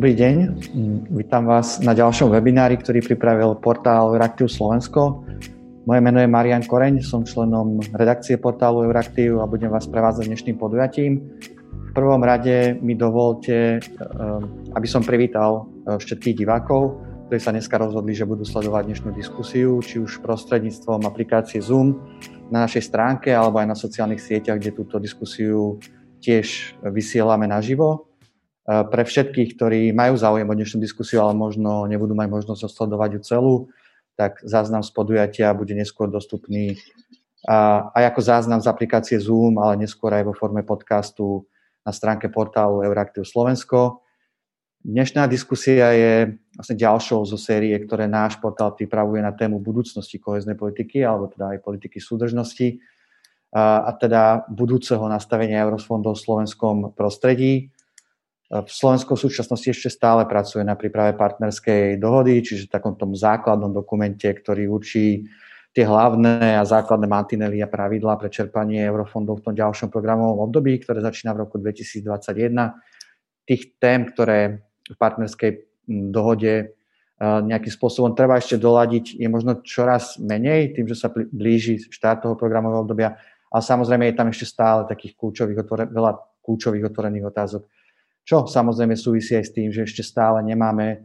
Dobrý deň, vítam vás na ďalšom webinári, ktorý pripravil portál Euraktiv Slovensko. Moje meno je Marián Koreň, som členom redakcie portálu Euraktiv a budem vás prevádzať dnešným podujatím. V prvom rade mi dovolte, aby som privítal všetkých divákov, ktorí sa dneska rozhodli, že budú sledovať dnešnú diskusiu, či už prostredníctvom aplikácie Zoom na našej stránke alebo aj na sociálnych sieťach, kde túto diskusiu tiež vysielame naživo. Pre všetkých, ktorí majú záujem o dnešnú diskusiu, ale možno nebudú mať možnosť sledovať ju celú, tak záznam z podujatia bude neskôr dostupný aj ako záznam z aplikácie Zoom, ale neskôr aj vo forme podcastu na stránke portálu Euraktiv Slovensko. Dnešná diskusia je vlastne ďalšou zo série, ktoré náš portál pripravuje na tému budúcnosti kohéznej politiky, alebo teda aj politiky súdržnosti a teda budúceho nastavenia eurofondov v slovenskom prostredí. Slovensko v súčasnosti ešte stále pracuje na príprave partnerskej dohody, čiže v takom tom základnom dokumente, ktorý učí tie hlavné a základné mantinely a pravidlá pre čerpanie eurofondov v tom ďalšom programovom období, ktoré začína v roku 2021. Tých tém, ktoré v partnerskej dohode nejakým spôsobom treba ešte doladiť, je možno čoraz menej, tým, že sa blíži štart toho programového obdobia, ale samozrejme je tam ešte stále takých veľa kľúčových otvorených otázok. Čo samozrejme súvisí aj s tým, že ešte stále nemáme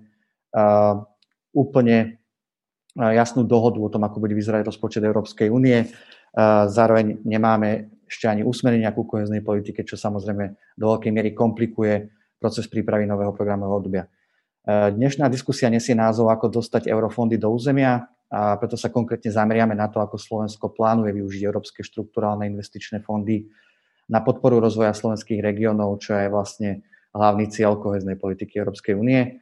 úplne jasnú dohodu o tom, ako bude vyzerať rozpočet Európskej únie. Zároveň nemáme ešte ani usmerenia ku kohéznej politike, čo samozrejme do veľkej miery komplikuje proces prípravy nového programového obdobia. Dnešná diskusia nesie názov Ako dostať eurofondy do územia a preto sa konkrétne zameriame na to, ako Slovensko plánuje využiť európske štrukturálne investičné fondy na podporu rozvoja slovenských regiónov, čo je vlastne hlavný cieľ kohéznej politiky Európskej únie.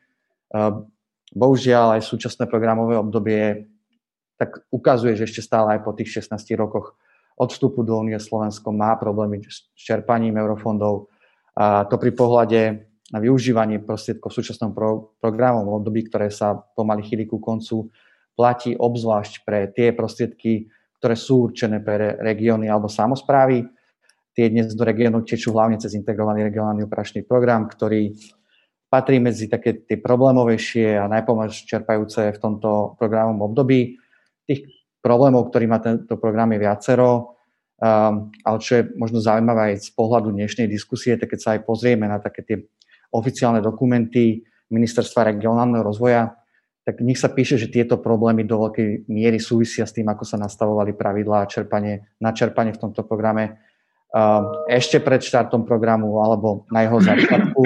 Bohužiaľ aj súčasné programové obdobie tak ukazuje, že ešte stále aj po tých 16 rokoch od vstupu do únie Slovensko má problémy s čerpaním eurofondov. A to pri pohľade na využívanie prostriedkov v súčasnom programovom období, ktoré sa pomaly chýli ku koncu, platí obzvlášť pre tie prostriedky, ktoré sú určené pre regióny alebo samosprávy. Tie dnes do regiónov tečú hlavne cez integrovaný regionálny operačný program, ktorý patrí medzi také tie problémovejšie a najpomalšie čerpajúce v tomto programovom období. Tých problémov, ktorý má tento program, je viacero, ale čo je možno zaujímavé aj z pohľadu dnešnej diskusie, tak keď sa aj pozrieme na také tie oficiálne dokumenty Ministerstva regionálneho rozvoja, tak v nich sa píše, že tieto problémy do veľkej miery súvisia s tým, ako sa nastavovali pravidlá na čerpanie v tomto programe ešte pred štartom programu alebo na jeho začiatku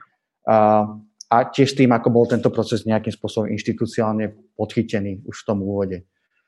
a tiež tým, ako bol tento proces nejakým spôsobom inštitucionálne podchytený už v tom úvode.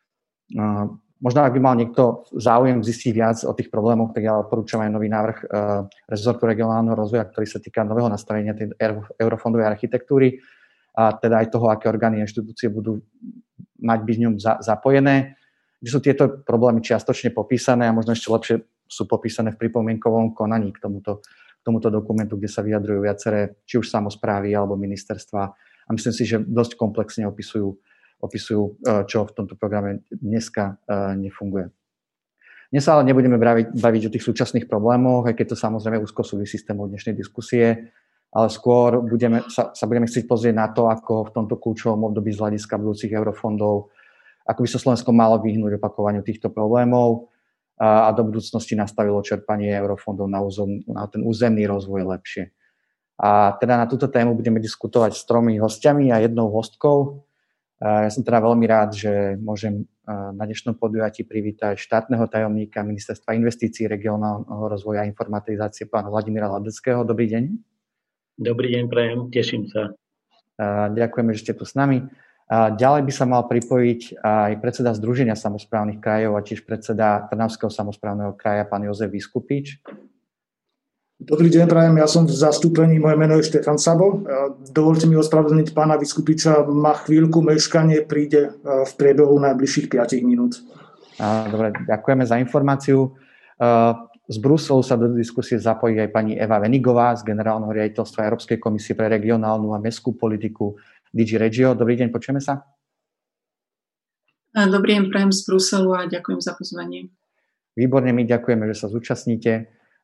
Možno, ak by mal niekto záujem zistiť viac o tých problémoch, tak ja odporúčam aj nový návrh rezortu regionálneho rozvoja, ktorý sa týka nového nastavenia tej eurofondovej architektúry a teda aj toho, aké orgány a inštitúcie budú mať byť v ňom zapojené, kde sú tieto problémy čiastočne popísané a možno ešte lepšie sú popísané v pripomienkovom konaní k tomuto dokumentu, kde sa vyjadrujú viaceré, či už samosprávy alebo ministerstva. A myslím si, že dosť komplexne opisujú, čo v tomto programe dneska nefunguje. Dnes sa ale nebudeme baviť o tých súčasných problémoch, aj keď to samozrejme úzko súvisí s témou dnešnej diskusie, ale skôr sa budeme chcieť pozrieť na to, ako v tomto kľúčovom období z hľadiska budúcich eurofondov, ako by sa Slovensko malo vyhnúť opakovaniu týchto problémov a do budúcnosti nastavilo čerpanie eurofondov na ten územný rozvoj lepšie. A teda na túto tému budeme diskutovať s 3 hostiami a 1 hostkou. Ja som teda veľmi rád, že môžem na dnešnom podujatí privítať štátneho tajomníka Ministerstva investícií, regionálneho rozvoja a informatizácie pána Vladimíra Ladeckého. Dobrý deň. Dobrý deň, prajem, teším sa. Ďakujeme, že ste tu s nami. Ďalej by sa mal pripojiť aj predseda Združenia samosprávnych krajov a tiež predseda Trnavského samosprávneho kraja, pán Jozef Vyskupič. Dobrý deň, prajem, ja som v zastúpení, moje meno je Štefan Sabo. Dovolte mi ospravedlniť pána Vyskupiča, má chvíľku meškanie, príde v priebehu najbližších 5 minút. Dobre, ďakujeme za informáciu. Z Bruselu sa do diskusie zapojí aj pani Eva Venigová z Generálneho riaditeľstva Európskej komisie pre regionálnu a mestskú politiku DG Regio. Dobrý deň, počujeme sa? Dobrý deň, prajem z Bruselu a ďakujem za pozvanie. Výborne, my ďakujeme, že sa zúčastníte.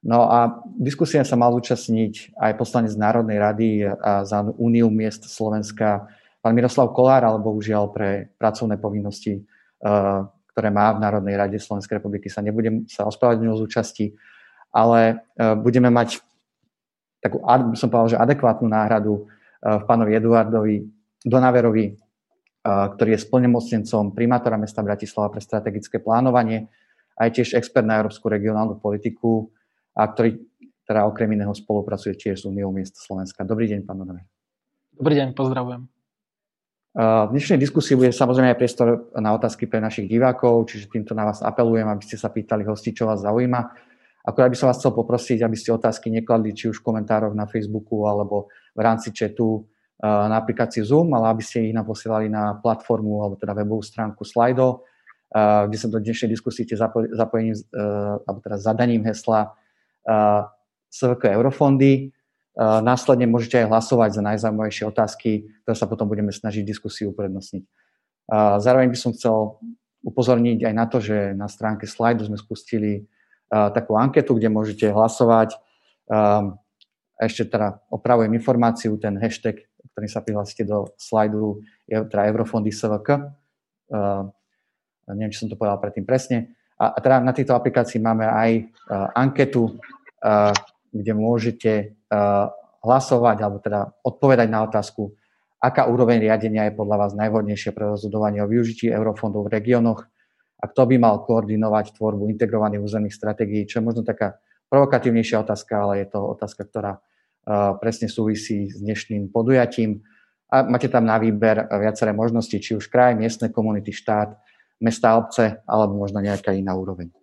No a diskusia sa mal zúčastniť aj poslanec Národnej rady a za Úniu miest Slovenska, pán Miroslav Kolár, ale bohužiaľ pre pracovné povinnosti, ktoré má v Národnej rade Slovenskej republiky, sa nebudem sa ospravedlňovať z účasti, ale budeme mať takú, by som povedal, že adekvátnu náhradu v pánovi Eduardovi Donaverovi, ktorý je splnomocnencom primátora mesta Bratislava pre strategické plánovanie a je tiež expert na európsku regionálnu politiku, a ktorý teda okrem iného spolupracuje tiež s Úniou miest Slovenska. Dobrý deň, pán Donaver. Dobrý deň, pozdravujem. V dnešnej diskusii bude samozrejme aj priestor na otázky pre našich divákov, čiže týmto na vás apelujem, aby ste sa pýtali hostí, čo vás zaujíma. Akorát by som vás chcel poprosiť, aby ste otázky nekladli či už v komentároch na Facebooku alebo v rámci chatu na aplikácii Zoom, ale aby ste ich nám posielali na platformu alebo teda webovú stránku Slido, kde sa do dnešnej diskusie zapojením alebo teda zadaním hesla SVK Eurofondy. Následne môžete aj hlasovať za najzaujímavejšie otázky, ktoré sa potom budeme snažiť diskusiu uprednostniť. Zároveň by som chcel upozorniť aj na to, že na stránke Slido sme spustili takú anketu, kde môžete hlasovať. Ešte teda opravujem informáciu, ten hashtag, ktorý sa prihlásite do Slidu, je teda Eurofondy SVK. Neviem, či som to povedal predtým presne. A teda na tejto aplikácii máme aj anketu, kde môžete hlasovať alebo teda odpovedať na otázku, aká úroveň riadenia je podľa vás najvhodnejšia pre rozhodovanie o využití eurofondov v regiónoch a kto by mal koordinovať tvorbu integrovaných územných stratégií, čo je možno taká provokatívnejšia otázka, ale je to otázka, ktorá presne súvisí s dnešným podujatím. A máte tam na výber viaceré možnosti, či už kraj, miestne komunity, štát, mestá, obce, alebo možno nejaká iná úroveň.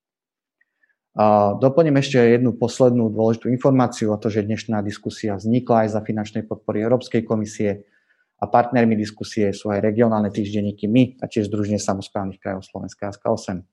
Doplním ešte jednu poslednú dôležitú informáciu o to, že dnešná diskusia vznikla aj za finančnej podpory Európskej komisie a partnermi diskusie sú aj regionálne týždenníky My a tiež Združenie samosprávnych krajov Slovenska SK8.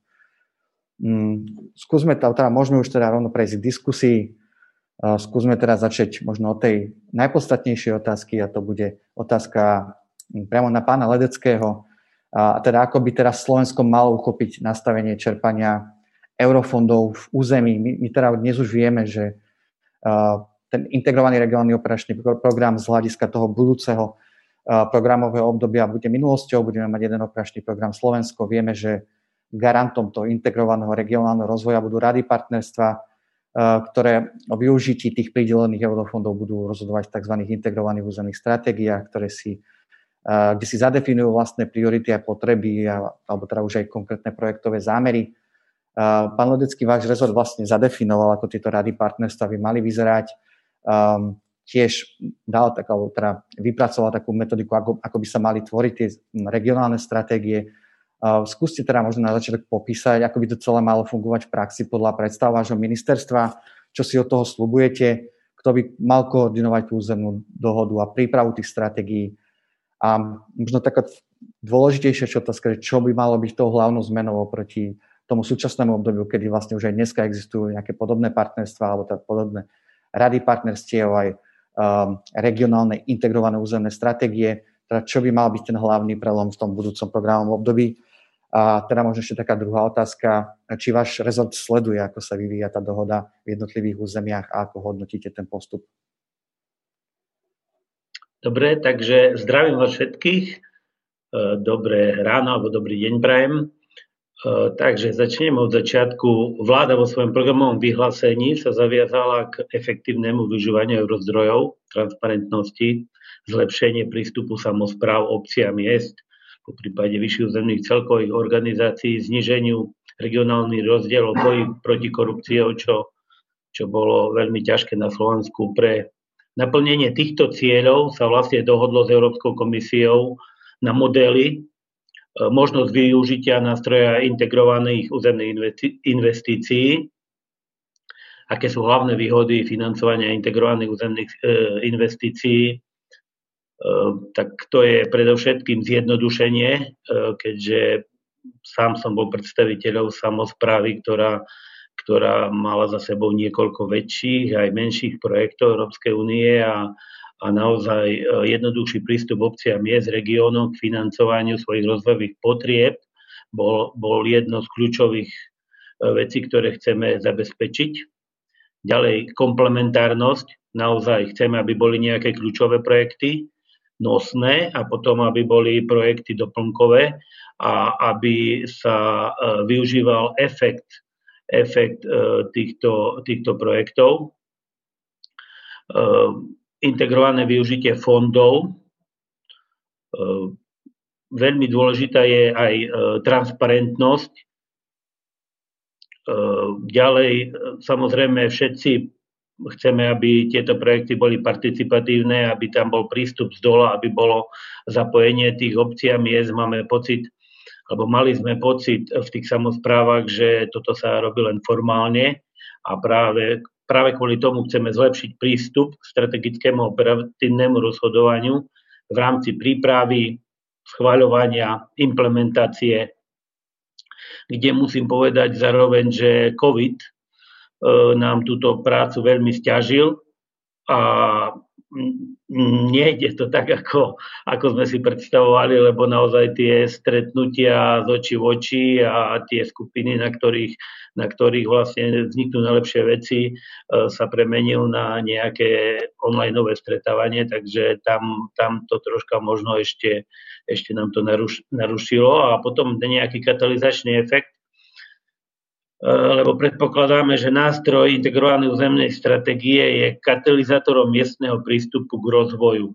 Skúsme teda, môžeme už teda rovno prejsť k diskusii. Skúsme teda začať možno od tej najpodstatnejšej otázky a to bude otázka priamo na pána Ledeckého. A teda ako by teraz Slovensko malo uchopiť nastavenie čerpania eurofondov v území. My teda dnes už vieme, že ten integrovaný regionálny operačný program z hľadiska toho budúceho programového obdobia bude minulosťou. Budeme mať jeden operačný program Slovensko. Vieme, že garantom toho integrovaného regionálneho rozvoja budú rady partnerstva, ktoré o využití tých pridelených eurofondov budú rozhodovať v tzv. Integrovaných územných stratégiách, kde si zadefinujú vlastné priority a potreby alebo teda už aj konkrétne projektové zámery. Pán Ledecký, váš rezort vlastne zadefinoval, ako tieto rady partnerstva by mali vyzerať. Tiež dal alebo teda vypracoval takú metodiku, ako by sa mali tvoriť tie regionálne stratégie. Skúste teda možno na začiatok popísať, ako by to celé malo fungovať v praxi podľa predstav vášho ministerstva, čo si od toho sľubujete, kto by mal koordinovať tú územnú dohodu a prípravu tých stratégií. A možno taká dôležitejšia otázka, čo by malo byť tou hlavnou zmenou oproti tomu súčasnému obdobiu, kedy vlastne už aj dneska existujú nejaké podobné partnerstvá alebo tak podobné rady partnerstiev, aj regionálne integrované územné stratégie, teda čo by mal byť ten hlavný prelom v tom budúcom programovom období. A teda možno ešte taká druhá otázka, či váš rezort sleduje, ako sa vyvíja tá dohoda v jednotlivých územiach a ako hodnotíte ten postup. Dobre, takže zdravím vás všetkých. Dobré ráno alebo dobrý deň prajem. Takže začnem od začiatku. Vláda vo svojom programovom vyhlásení sa zaviazala k efektívnemu využívaniu eurozdrojov, transparentnosti, zlepšenie prístupu samospráv, obcí a miest, po prípade vyšších územných celkových organizácií, zníženiu regionálnych rozdielov, boji proti korupcii, čo bolo veľmi ťažké na Slovensku. Pre naplnenie týchto cieľov sa vlastne dohodlo s Európskou komisiou na modely, možnosť využitia nástroja integrovaných územných investícií, aké sú hlavné výhody financovania integrovaných územných investícií, tak to je predovšetkým zjednodušenie, keďže sám som bol predstaviteľom samosprávy, ktorá mala za sebou niekoľko väčších aj menších projektov Európskej únie a naozaj jednoduchší prístup obcí a miest, regiónov k financovaniu svojich rozvojových potrieb bol jedno z kľúčových vecí, ktoré chceme zabezpečiť. Ďalej komplementárnosť. Naozaj chceme, aby boli nejaké kľúčové projekty nosné a potom, aby boli projekty doplnkové a aby sa využíval efekt týchto projektov. Integrované využitie fondov. Veľmi dôležitá je aj transparentnosť. Ďalej, samozrejme, všetci chceme, aby tieto projekty boli participatívne, aby tam bol prístup z dola, aby bolo zapojenie tých obcí a miest. Máme pocit, alebo mali sme pocit v tých samosprávach, že toto sa robí len formálne a práve kvôli tomu chceme zlepšiť prístup k strategickému operatívnemu rozhodovaniu v rámci prípravy, schvaľovania, implementácie, kde musím povedať zároveň, že COVID nám túto prácu veľmi sťažil a nejde to tak, ako sme si predstavovali, lebo naozaj tie stretnutia z očí v oči a tie skupiny, na ktorých vlastne vzniknú najlepšie veci, sa premenil na nejaké onlineové stretávanie, takže tam to troška možno ešte nám to narušilo a potom nejaký katalizačný efekt, lebo predpokladáme, že nástroj integrovanej územnej stratégie je katalizátorom miestneho prístupu k rozvoju.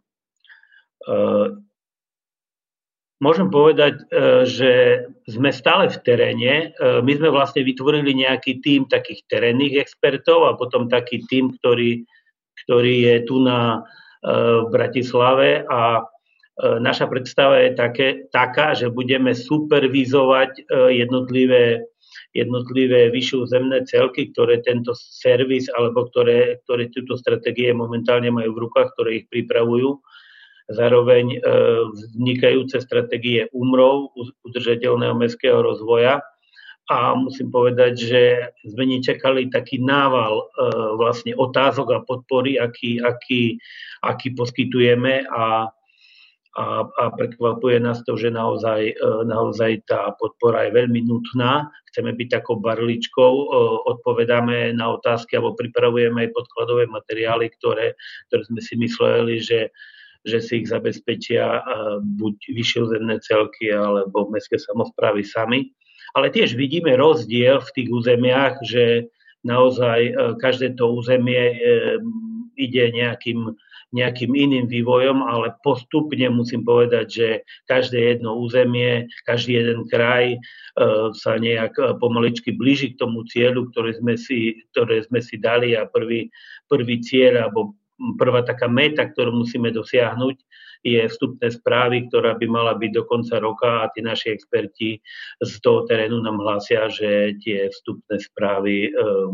Môžem povedať, že sme stále v teréne. My sme vlastne vytvorili nejaký tím takých terénnych expertov a potom taký tím, ktorý je tu v Bratislave a naša predstava je taká, že budeme supervizovať jednotlivé vyššie územné celky, ktoré tento servis alebo ktoré túto stratégie momentálne majú v rukách, ktoré ich pripravujú. Zároveň vznikajúce stratégie UMRov, udržateľného mestského rozvoja. A musím povedať, že sme nečakali taký nával vlastne otázok a podpory, aký poskytujeme a prekvapuje nás to, že naozaj tá podpora je veľmi nutná. Chceme byť takou barličkou, odpovedáme na otázky alebo pripravujeme aj podkladové materiály, ktoré sme si mysleli, že si ich zabezpečia buď vyššie územné celky alebo mestské samosprávy sami. Ale tiež vidíme rozdiel v tých územiach, že naozaj každé to územie ide nejakým iným vývojom, ale postupne musím povedať, že každé jedno územie, každý jeden kraj sa nejak pomaličky blíži k tomu cieľu, ktoré sme si dali a prvý cieľ alebo prvá taká meta, ktorú musíme dosiahnuť, je vstupné správy, ktorá by mala byť do konca roka a tí naši experti z toho terénu nám hlásia, že tie vstupné správy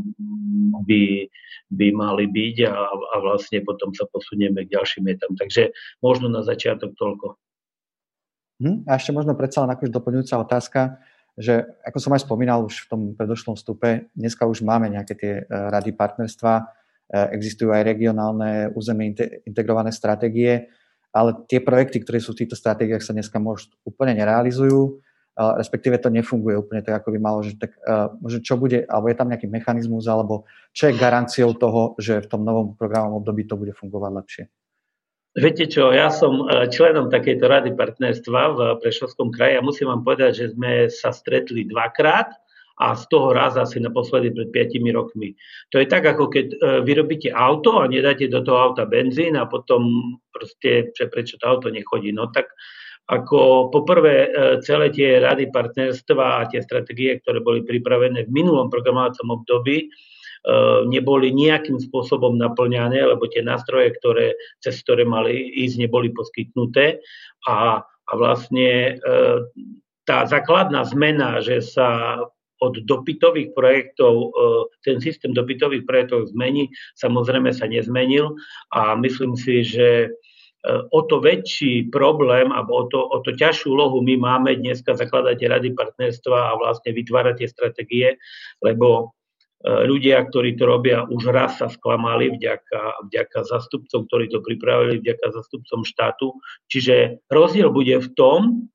by mali byť a vlastne potom sa posunieme k ďalším metám. Takže možno na začiatok toľko. A ešte možno predsa len akože doplňujúca otázka, že ako som aj spomínal už v tom predošlom vstupe, dneska už máme nejaké tie rady partnerstva, existujú aj regionálne územne integrované stratégie, ale tie projekty, ktoré sú v týchto stratégiách, sa dneska možno úplne nerealizujú, respektíve to nefunguje úplne tak, ako by malo, že tak možno čo bude, alebo je tam nejaký mechanizmus, alebo čo je garanciou toho, že v tom novom programovom období to bude fungovať lepšie? Viete čo, ja som členom takejto rady partnerstva v Prešovskom kraji a musím vám povedať, že sme sa stretli dvakrát a z toho raz asi naposledy pred 5 rokmi. To je tak, ako keď vyrobíte auto a nedáte do toho auta benzín a potom proste, prečo to auto nechodí. No tak ako poprvé celé tie rady partnerstva a tie stratégie, ktoré boli pripravené v minulom programovacom období, neboli nejakým spôsobom naplňané, lebo tie nástroje, cez ktoré mali ísť, neboli poskytnuté a vlastne tá základná zmena, že sa od dopytových projektov, ten systém dopytových projektov zmení, samozrejme sa nezmenil a myslím si, že o to väčší problém alebo o to ťažšiu úlohu my máme dneska zakladať rady partnerstva a vlastne vytvárať tie stratégie, lebo ľudia, ktorí to robia, už raz sa sklamali vďaka zastupcom, ktorí to pripravili, vďaka zastupcom štátu. Čiže rozdiel bude v tom,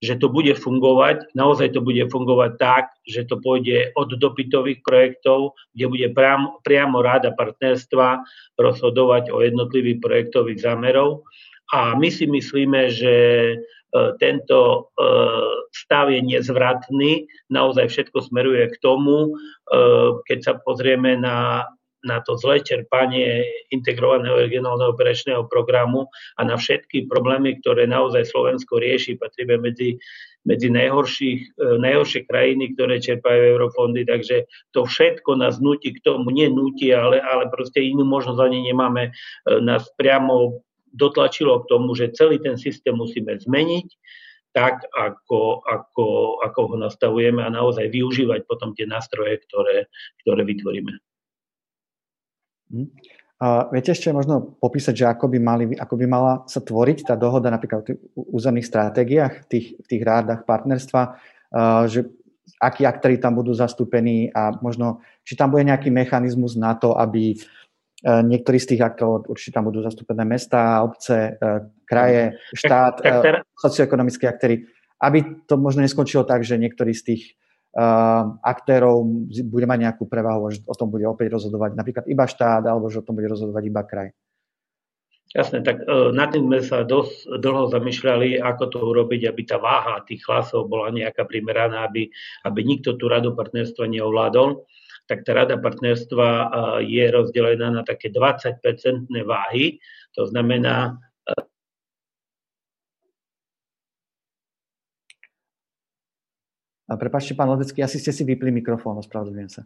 že to bude fungovať, naozaj to bude fungovať tak, že to pôjde od dopytových projektov, kde bude priamo ráda partnerstva rozhodovať o jednotlivých projektových zámerov. A my si myslíme, že tento stav je nezvratný, naozaj všetko smeruje k tomu, keď sa pozrieme na to zlé čerpanie integrovaného regionálneho operačného programu a na všetky problémy, ktoré naozaj Slovensko rieši, patríme medzi najhoršie krajiny, ktoré čerpajú eurofondy, takže to všetko nás núti k tomu, nie núti, ale proste inú možnosť ani nemáme, nás priamo dotlačilo k tomu, že celý ten systém musíme zmeniť tak, ako ho nastavujeme a naozaj využívať potom tie nástroje, ktoré vytvoríme. Viete ešte možno popísať, že ako by mala sa tvoriť tá dohoda napríklad v územných stratégiách, v tých rádach partnerstva, že akí aktéri tam budú zastúpení a možno, či tam bude nejaký mechanizmus na to, aby niektorí z tých aktérov, určite tam budú zastúpené mestá, obce, kraje, štát, socioekonomické aktéry, aby to možno neskončilo tak, že niektorí z tých aktérov bude mať nejakú prevahu, že o tom bude opäť rozhodovať napríklad iba štát, alebo že o tom bude rozhodovať iba kraj. Jasné, tak nad tým sme sa dosť dlho zamýšľali, ako to urobiť, aby tá váha tých hlasov bola nejaká primeraná, aby nikto tú radu partnerstva neovládol. Tak tá rada partnerstva je rozdelená na také 20% váhy. To znamená... Prepáčte, pán Ledecký, asi ste si vypli mikrofón, ospravedlňujem sa.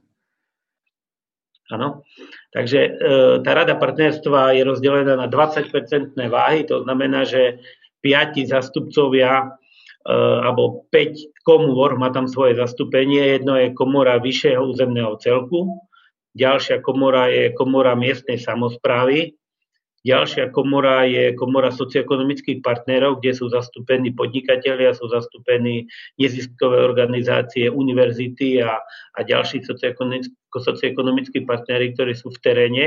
Áno, takže tá rada partnerstva je rozdelená na 20% váhy, to znamená, že 5 zastupcovia alebo 5 komôr má tam svoje zastúpenie. Jedno je komora vyššieho územného celku, ďalšia komora je komora miestnej samosprávy, ďalšia komora je komora socioekonomických partnerov, kde sú zastúpení podnikatelia, sú zastúpení neziskové organizácie, univerzity a ďalší socioekonomickí partneri, ktorí sú v teréne.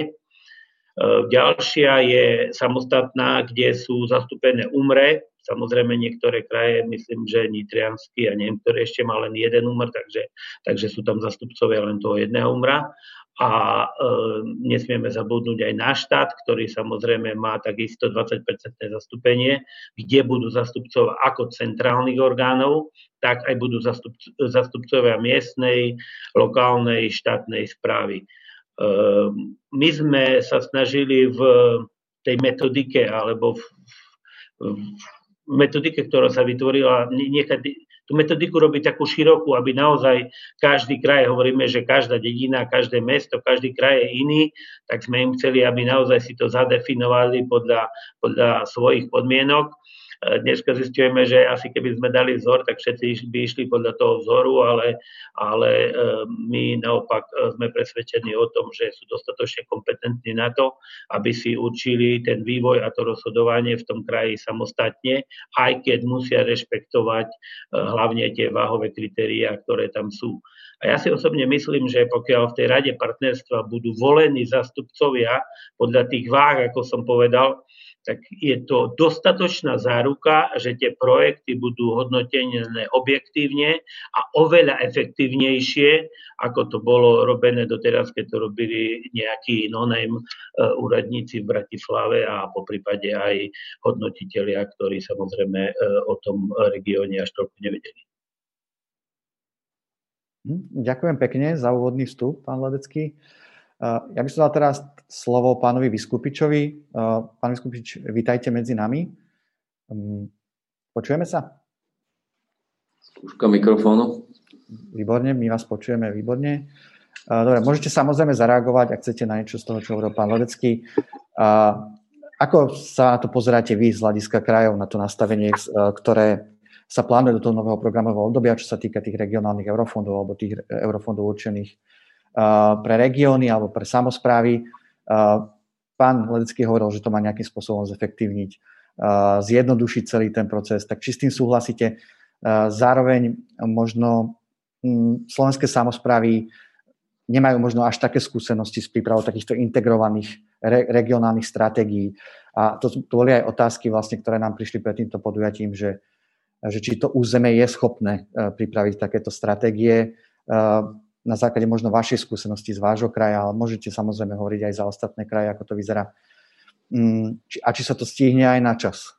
Ďalšia je samostatná, kde sú zastúpené UMRE. Samozrejme niektoré kraje, myslím, že Nitriansky a neviem, ktoré ešte má len jeden UMR, takže sú tam zastupcovia len toho jedného UMRa. A nesmieme zabudnúť aj na štát, ktorý samozrejme má takisto 20% zastúpenie, kde budú zastupcovia ako centrálnych orgánov, tak aj budú zastupcovia miestnej, lokálnej, štátnej správy. My sme sa snažili v tej metodike alebo v metodike, ktorá sa vytvorila, tú metodiku robiť takú širokú, aby naozaj každý kraj, hovoríme, že každá dedina, každé mesto, každý kraj je iný, tak sme im chceli, aby naozaj si to zadefinovali podľa svojich podmienok. Dneska zistujeme, že asi keby sme dali vzor, tak všetci by išli podľa toho vzoru, ale my naopak sme presvedčení o tom, že sú dostatočne kompetentní na to, aby si určili ten vývoj a to rozhodovanie v tom kraji samostatne, aj keď musia rešpektovať hlavne tie váhové kritériá, ktoré tam sú. A ja si osobne myslím, že pokiaľ v tej rade partnerstva budú volení zástupcovia podľa tých váh, ako som povedal, tak je to dostatočná záruka, že tie projekty budú hodnotené objektívne a oveľa efektívnejšie, ako to bolo robené doteraz, keď to robili nejakí no-name úradníci v Bratislave a poprípade aj hodnotitelia, ktorí samozrejme o tom regióne až toľko nevedeli. Ďakujem pekne za úvodný vstup, pán Ledecký. Ja by som dal teraz slovo pánovi Vyskupičovi. Pán Vyskupič, vítajte medzi nami. Počujeme sa? Skúška mikrofónu. Výborne, my vás počujeme výborne. Dobre, môžete samozrejme zareagovať, ak chcete na niečo z toho, čo hovoril pán Ledecký. Ako sa na to pozeráte vy z hľadiska krajov, na to nastavenie, ktoré sa plánuje do toho nového programového obdobia, čo sa týka tých regionálnych eurofondov alebo tých eurofondov určených pre regióny alebo pre samosprávy. Pán Ledecký hovoril, že to má nejakým spôsobom zefektívniť, zjednodušiť celý ten proces. Tak či s tým súhlasíte? Zároveň možno slovenské samosprávy nemajú možno až také skúsenosti s prípravou takýchto integrovaných regionálnych stratégií. A to boli aj otázky, vlastne, ktoré nám prišli pred týmto podujatím, že že či to územie je schopné pripraviť takéto stratégie na základe možno vašej skúsenosti z vášho kraja, ale môžete samozrejme hovoriť aj za ostatné kraje, ako to vyzerá. A či sa to stihne aj na čas?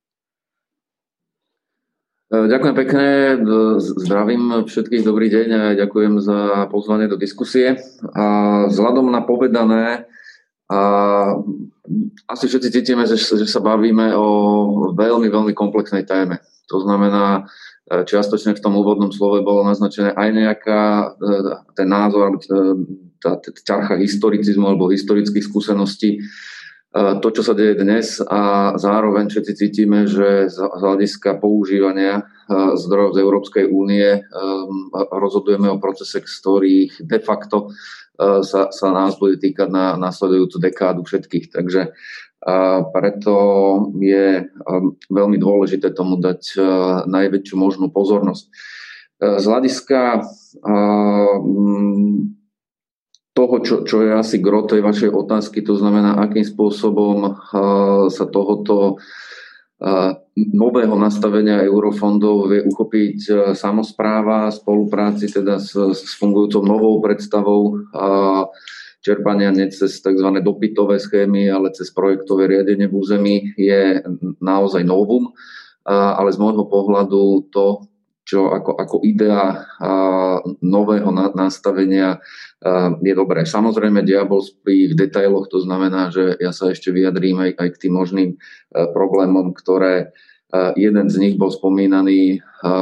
Ďakujem pekne, zdravím všetkých, dobrý deň a ďakujem za pozvanie do diskusie. A vzhľadom na povedané, asi všetci cítime, že sa bavíme o veľmi, veľmi komplexnej téme. To znamená, čiastočne v tom úvodnom slove bolo naznačené aj nejaká ten názor, tá ťarcha historicizmu alebo historických skúseností, to, čo sa deje dnes, a zároveň všetci cítime, že z hľadiska používania zdrojov z Európskej únie rozhodujeme o procese, z ktorých de facto sa nás bude týkať na nasledujúcu dekádu všetkých. Takže preto je veľmi dôležité tomu dať najväčšiu možnú pozornosť. Z hľadiska toho, čo je asi gro tej vašej otázky, to znamená, akým spôsobom sa tohoto nového nastavenia eurofondov vie uchopiť samospráva v spolupráci teda s fungujúcou novou predstavou čerpania nie cez tzv. Dopytové schémy, ale cez projektové riadenie v území, je naozaj novum, ale z môjho pohľadu to, čo ako idea nového nastavenia je dobré. Samozrejme, diabol spí v detailoch, to znamená, že ja sa ešte vyjadrím aj k tým možným problémom, ktoré jeden z nich bol spomínaný,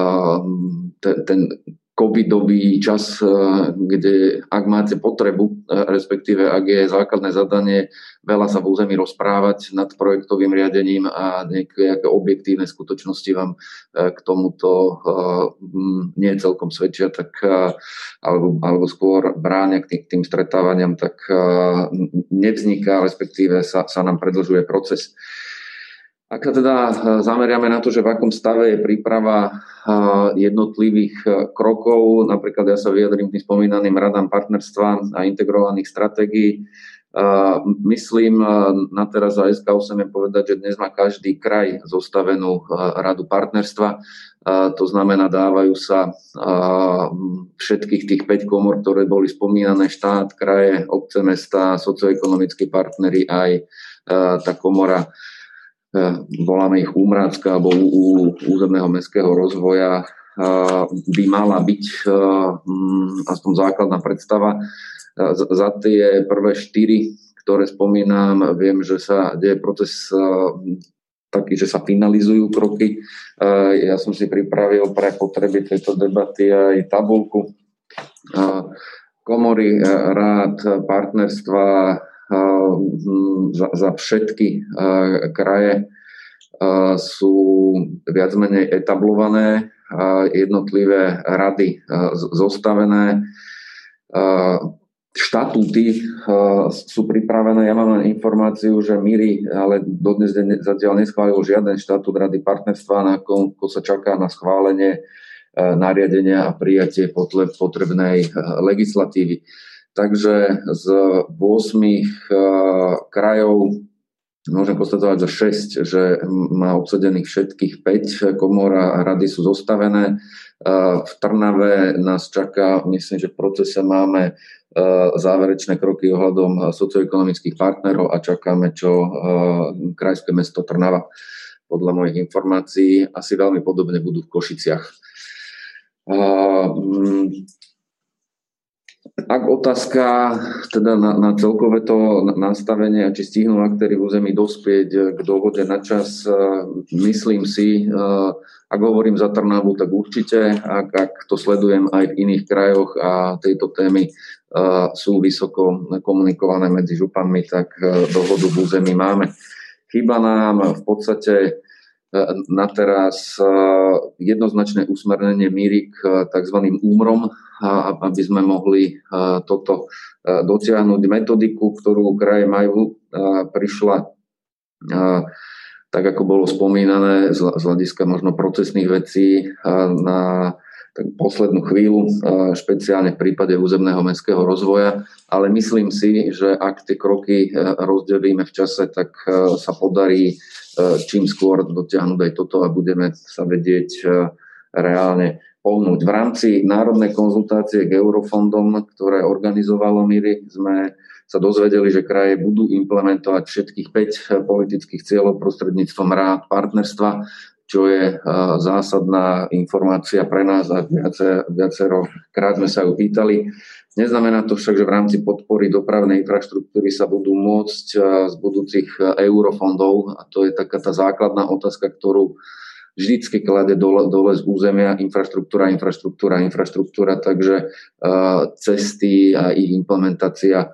ten covidový čas, kde ak máte potrebu, respektíve ak je základné zadanie veľa sa v území rozprávať nad projektovým riadením a nejaké objektívne skutočnosti vám k tomuto nie celkom svedčia, tak, alebo skôr bránia k tým stretávaniam, tak nevzniká, respektíve sa nám predĺžuje proces. Ak sa teda zameriame na to, že v akom stave je príprava jednotlivých krokov, napríklad ja sa vyjadrím tým spomínaným radám partnerstva a integrovaných stratégií, myslím na teraz za SK8 je povedať, že dnes má každý kraj zostavenú radu partnerstva. To znamená, dávajú sa všetkých tých 5 komor, ktoré boli spomínané, štát, kraje, obce, mesta, socioekonomickí partneri, aj tá komora, voláme ich úmrácka alebo územného mestského rozvoja, by mala byť aspoň základná predstava. Za tie prvé 4, ktoré spomínam, viem, že sa deje proces taký, že sa finalizujú kroky. Ja som si pripravil pre potreby tejto debaty aj tabuľku. Komory, rád, partnerstva za všetky kraje sú viac menej etablované, jednotlivé rady zostavené, štatúty sú pripravené. Ja mám len informáciu, že MIRI ale dodnes zatiaľ neschválil žiaden štatút rady partnerstva, ako sa čaká na schválenie nariadenia a prijatie potrebnej legislatívy. Takže z 8 krajov môžem konštatovať za 6, že má obsadených všetkých 5 komor a rady sú zostavené. V Trnave nás čaká, myslím, že v procese máme záverečné kroky ohľadom socioekonomických partnerov a čakáme, čo krajské mesto Trnava. Podľa mojich informácií asi veľmi podobne budú v Košiciach. Ak otázka teda na celkové to nastavenie, či stihnú aktéri v území dospieť k dohode na čas, myslím si, ak hovorím za Trnavu, tak určite, ak to sledujem aj v iných krajoch a tejto témy sú vysoko komunikované medzi županmi, tak dohodu v území máme. Chýba nám v podstate na teraz jednoznačné usmernenie MIRI k tzv. Úmrom, aby sme mohli toto dotiahnuť. Metodiku, ktorú kraje majú, prišla tak, ako bolo spomínané, z hľadiska možno procesných vecí na poslednú chvíľu, špeciálne v prípade územného mestského rozvoja, ale myslím si, že ak tie kroky rozdelíme v čase, tak sa podarí čím skôr dotiahnuť aj toto a budeme sa vedieť reálne pohnúť. V rámci národnej konzultácie k eurofondom, ktoré organizovalo MIRI, sme sa dozvedeli, že kraje budú implementovať všetkých 5 politických cieľov prostredníctvom rád partnerstva, čo je zásadná informácia pre nás a viacerokrát sme sa ju pýtali. Neznamená to však, že v rámci podpory dopravnej infraštruktúry sa budú môcť z budúcich eurofondov, a to je taká tá základná otázka, ktorú vždycky klade dole z územia infraštruktúra, takže cesty a ich implementácia.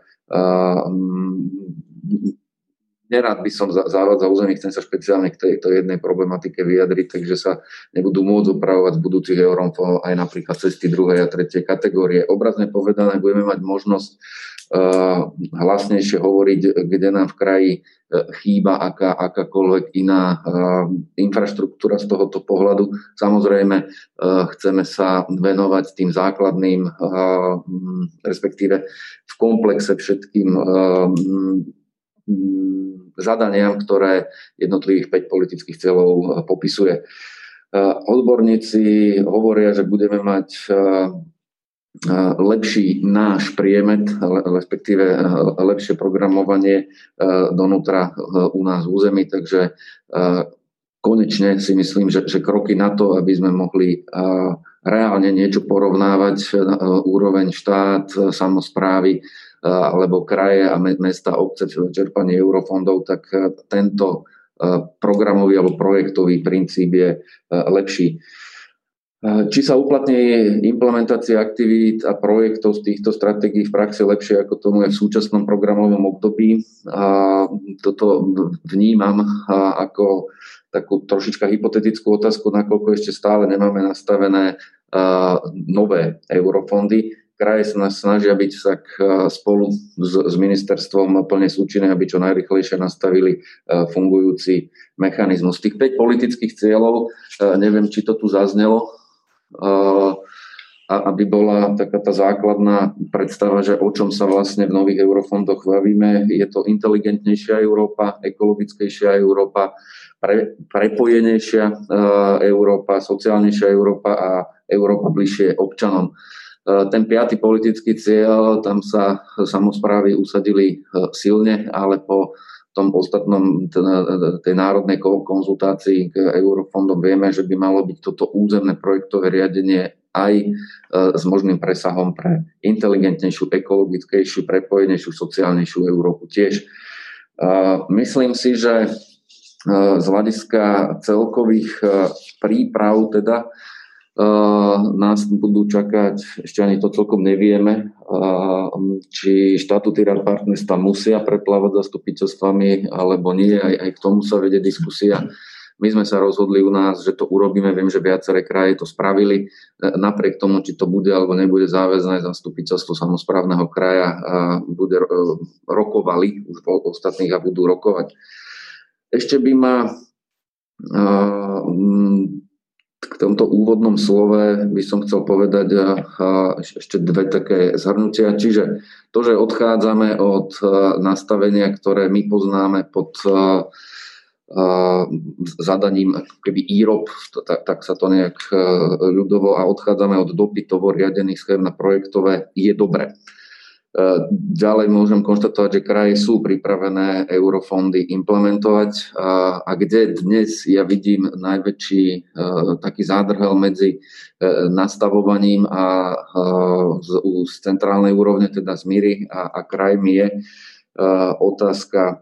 Nerád by som zavádzal území, chcem sa špeciálne k tejto jednej problematike vyjadriť, takže sa nebudú môcť upravovať z budúcich eurofondov aj napríklad cesty 2. a 3. kategórie. Obrazne povedané, budeme mať možnosť hlasnejšie hovoriť, kde nám v kraji chýba akákoľvek iná infraštruktúra z tohoto pohľadu. Samozrejme, chceme sa venovať tým základným, respektíve v komplexe všetkým zadaniam, ktoré jednotlivých 5 politických cieľov popisuje. Odborníci hovoria, že budeme mať lepší náš priemet, respektíve lepšie programovanie donútra u nás v území, takže konečne si myslím, že kroky na to, aby sme mohli reálne niečo porovnávať, úroveň štát, samosprávy alebo kraje a mesta, obce v čerpaní eurofondov, tak tento programový alebo projektový princíp je lepší. Či sa uplatní implementácia aktivít a projektov z týchto stratégií v praxi lepšie, ako tomu je v súčasnom programovom období. Toto vnímam ako takú trošička hypotetickú otázku, nakoľko ešte stále nemáme nastavené nové eurofondy. Kraje sa nás snažia byť tak spolu s ministerstvom plne súčinné, aby čo najrýchlejšie nastavili fungujúci mechanizmus. Tých 5 politických cieľov, neviem, či to tu zaznelo, aby bola taká tá základná predstava, že o čom sa vlastne v nových eurofondoch bavíme. Je to inteligentnejšia Európa, ekologickejšia Európa, prepojenejšia Európa, sociálnejšia Európa a Európa bližšie občanom. Ten 5. politický cieľ, tam sa samosprávy usadili silne, ale po tom ostatnom tej národnej konzultácii k eurofondom vieme, že by malo byť toto územné projektové riadenie aj s možným presahom pre inteligentnejšiu, ekologickejšiu, prepojenejšiu, sociálnejšiu Európu tiež. Myslím si, že z hľadiska celkových príprav teda nás budú čakať, ešte ani to celkom nevieme, či štatúty rád partnerstva musia preplávať zastupiteľstvami alebo nie, aj k tomu sa vedie diskusia. My sme sa rozhodli u nás, že to urobíme, viem, že viaceré kraje to spravili, napriek tomu, či to bude alebo nebude záväzné, zastupiteľstvo samosprávneho kraja bude rokovali už v ostatných a budú rokovať. Ešte by ma k tomto úvodnom slove by som chcel povedať ešte 2 také zhrnutia. Čiže to, že odchádzame od nastavenia, ktoré my poznáme pod zadaním keby IROP, tak sa to nejak ľudovo, a odchádzame od dopytovo riadených schém na projektové, je dobre. Ďalej môžem konštatovať, že kraje sú pripravené eurofondy implementovať a kde dnes ja vidím najväčší taký zádrhel medzi nastavovaním a z centrálnej úrovne, teda z MIRI a krajmi, je otázka,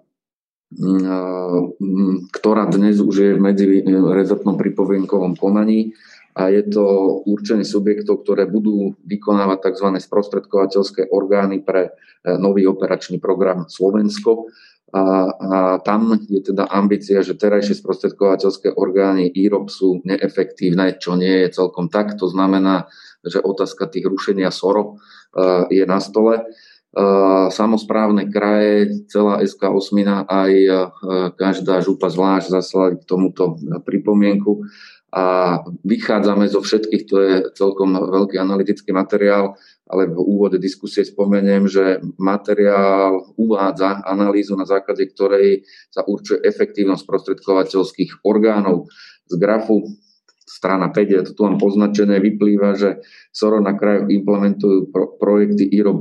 ktorá dnes už je v medzirezortnom pripomienkovom konaní, a je to určenie subjektov, ktoré budú vykonávať tzv. Sprostredkovateľské orgány pre nový operačný program Slovensko. A tam je teda ambícia, že terajšie sprostredkovateľské orgány IROP sú neefektívne, čo nie je celkom tak. To znamená, že otázka tých rušenia SORO je na stole. Samosprávne kraje, celá SK8 aj každá župa zvlášť zaslali k tomuto pripomienku. a vychádzame zo všetkých, to je celkom veľký analytický materiál, ale v úvode diskusie spomeniem, že materiál uvádza analýzu, na základe ktorej sa určuje efektívnosť sprostredkovateľských orgánov. Z grafu strana 5, je to tu mám poznačené, vyplýva, že SORO na krajoch implementujú projekty IROP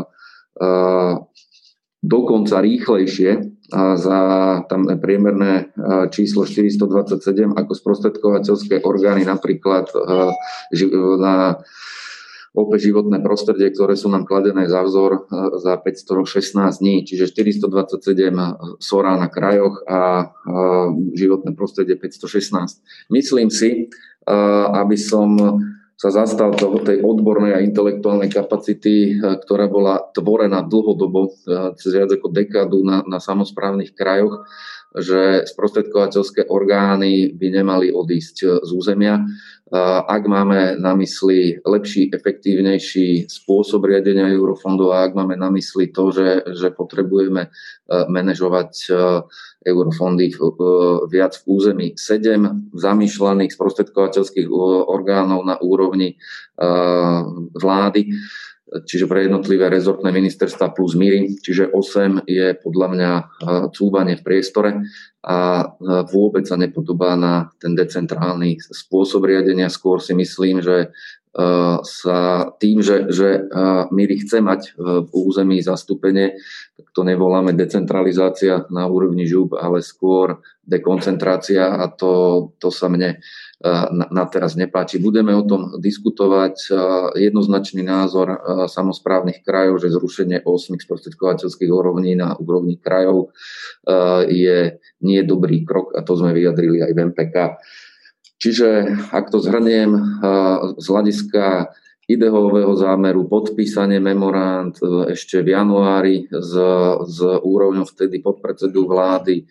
dokonca rýchlejšie, a za tam priemerné číslo 427 ako sprostredkovateľské orgány, napríklad na OP životné prostredie, ktoré sú nám kladené za vzor za 516 dní, čiže 427 SORA na krajoch a životné prostredie 516. Myslím si, aby som sa zastal tej odbornej a intelektuálnej kapacity, ktorá bola tvorená dlhodobo, cez viac ako dekádu na samosprávnych krajoch, že sprostredkovateľské orgány by nemali odísť z územia. Ak máme na mysli lepší, efektívnejší spôsob riadenia eurofondov a ak máme na mysli to, že potrebujeme manažovať eurofondy viac v území, 7 zamýšľaných sprostredkovateľských orgánov na úrovni vlády, čiže pre jednotlivé rezortné ministerstva plus MIRI, čiže 8 je podľa mňa cúvanie v priestore a vôbec sa nepodobá na ten decentrálny spôsob riadenia. Skôr si myslím, že sa tým, že MIRI chce mať v území zastúpenie, tak to nevoláme decentralizácia na úrovni ŽUB, ale skôr dekoncentrácia a to sa mne na teraz nepáči. Budeme o tom diskutovať. Jednoznačný názor samosprávnych krajov, že zrušenie 8 sprostredkovateľských úrovní na úrovni krajov je nie dobrý krok a to sme vyjadrili aj v MPK. Čiže ak to zhrniem, z hľadiska ideového zámeru podpísanie memorand ešte v januári s úrovňou vtedy podpredsedu vlády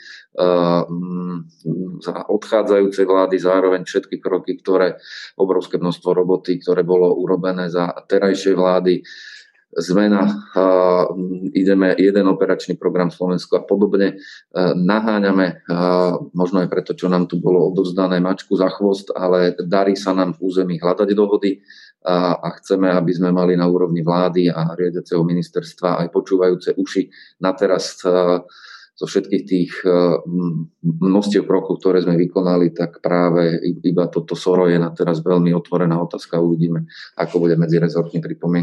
za odchádzajúcej vlády, zároveň všetky kroky, obrovské množstvo roboty, ktoré bolo urobené za terajšej vlády, zmena, ideme jeden operačný program Slovensku a podobne, naháňame, možno aj preto, čo nám tu bolo odovzdané, mačku za chvost, ale darí sa nám v území hľadať dohody a chceme, aby sme mali na úrovni vlády a riadiaceho ministerstva aj počúvajúce uši na teraz zo všetkých tých množstiev krokov, ktoré sme vykonali, tak práve iba toto SORO je na teraz veľmi otvorená otázka. Uvidíme, ako bude medzirezortné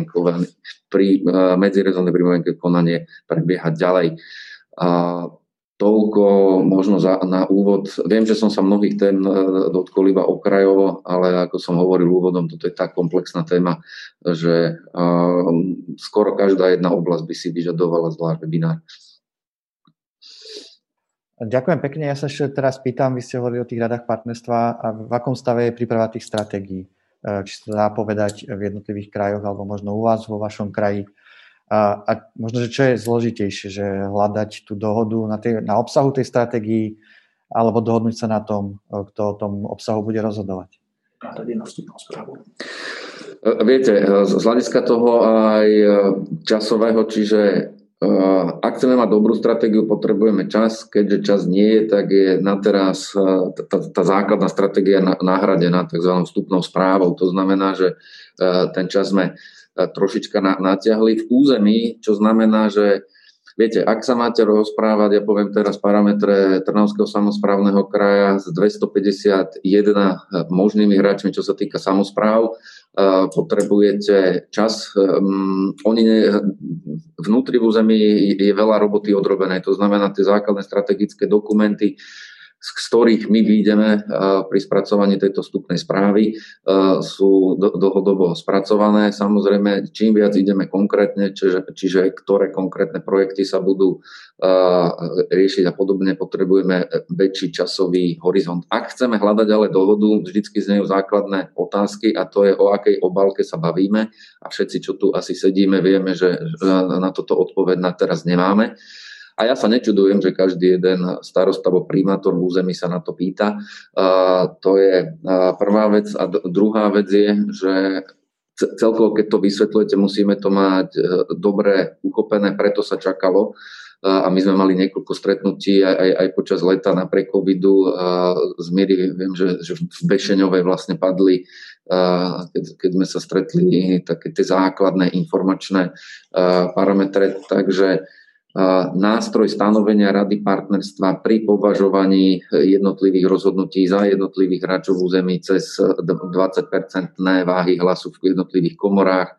pripomienkové konanie prebiehať ďalej. Toľko možno na úvod. Viem, že som sa mnohých tém dotkol iba okrajovo, ale ako som hovoril úvodom, toto je tak komplexná téma, že skoro každá jedna oblasť by si vyžadovala zvlášť webinár. Ďakujem pekne. Ja sa ešte teraz pýtam, vy ste hovorili o tých radách partnerstva a v akom stave je príprava tých stratégií? Či sa dá povedať v jednotlivých krajoch alebo možno u vás vo vašom kraji? A možno, že čo je zložitejšie, že hľadať tú dohodu na obsahu tej stratégii alebo dohodnúť sa na tom, kto o tom obsahu bude rozhodovať? Viete, z hľadiska toho aj časového, čiže ak chceme mať dobrú stratégiu, potrebujeme čas. Keďže čas nie je, tak je na teraz tá základná stratégia nahradená tzv. Vstupnou správou. To znamená, že ten čas sme trošička natiahli v území, čo znamená, že viete, ak sa máte rozprávať, ja poviem teraz parametre Trnavského samosprávneho kraja s 251 možnými hráčmi, čo sa týka samospráv, potrebujete čas. Vnútri v území je veľa roboty odrobené, to znamená tie základné strategické dokumenty, z ktorých my vyjdeme pri spracovaní tejto vstupnej správy, sú dlhodobo spracované. Samozrejme, čím viac ideme konkrétne, čiže ktoré konkrétne projekty sa budú riešiť a podobne, potrebujeme väčší časový horizont. Ak chceme hľadať ale dohodu, vždycky znejú základné otázky a to je, o akej obálke sa bavíme a všetci, čo tu asi sedíme, vieme, že na toto odpoveď na teraz nemáme. A ja sa nečudujem, že každý jeden starosta alebo primátor v území sa na to pýta. To je prvá vec. A druhá vec je, že celkovo, keď to vysvetľujete, musíme to mať dobre uchopené, preto sa čakalo a my sme mali niekoľko stretnutí aj počas leta napriek covidu. Z miery viem, že v Bešeňovej vlastne padli, keď sme sa stretli, také tie základné informačné parametre, takže nástroj stanovenia rady partnerstva pri považovaní jednotlivých rozhodnutí za jednotlivých hráčov území cez 20% váhy hlasu v jednotlivých komorách.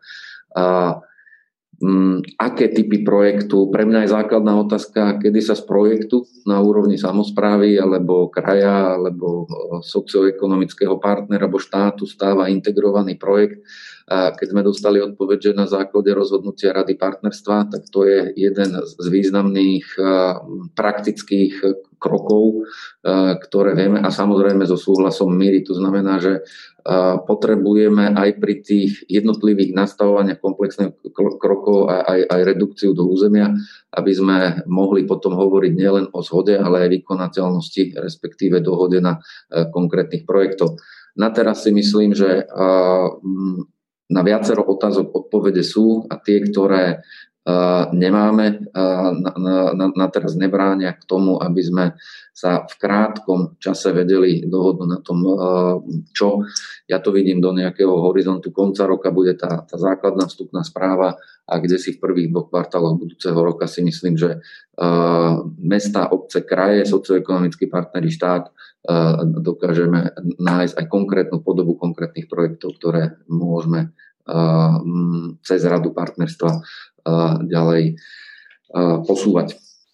Aké typy projektu? Pre mňa je základná otázka, kedy sa z projektu na úrovni samosprávy alebo kraja alebo socioekonomického partnera alebo štátu stáva integrovaný projekt. Keď sme dostali odpoveď, že na základe rozhodnutia rady partnerstva, tak to je jeden z významných praktických krokov, ktoré vieme, a samozrejme so súhlasom MIRI. To znamená, že potrebujeme aj pri tých jednotlivých nastavovaniach komplexných krokov aj redukciu do územia, aby sme mohli potom hovoriť nielen o zhode, ale aj vykonateľnosti, respektíve dohode na konkrétnych projektoch. Na teraz si myslím, že na viacero otázok odpovede sú a tie, ktoré nemáme, na teraz nebránia k tomu, aby sme sa v krátkom čase vedeli dohodnúť na tom, čo. Ja to vidím do nejakého horizontu konca roka, bude tá základná vstupná správa a kde si v prvých 2 kvartáloch budúceho roka si myslím, že mesta, obce, kraje, socioekonomickí partneri, štát dokážeme nájsť aj konkrétnu podobu konkrétnych projektov, ktoré môžeme cez radu partnerstva ďalej posúvať.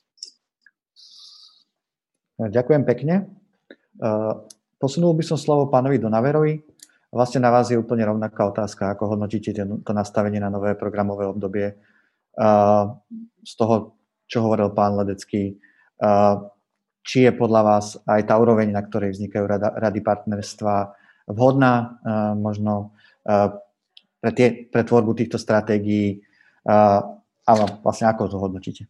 Ďakujem pekne. Posunul by som slovo pánovi Donaverovi. Vlastne na vás je úplne rovnaká otázka, ako hodnotíte to nastavenie na nové programové obdobie. Z toho, čo hovoril pán Ledecký, či je podľa vás aj tá úroveň, na ktorej vznikajú rady partnerstva, vhodná možno pre tvorbu týchto stratégií, a vlastne ako to hodnotíte?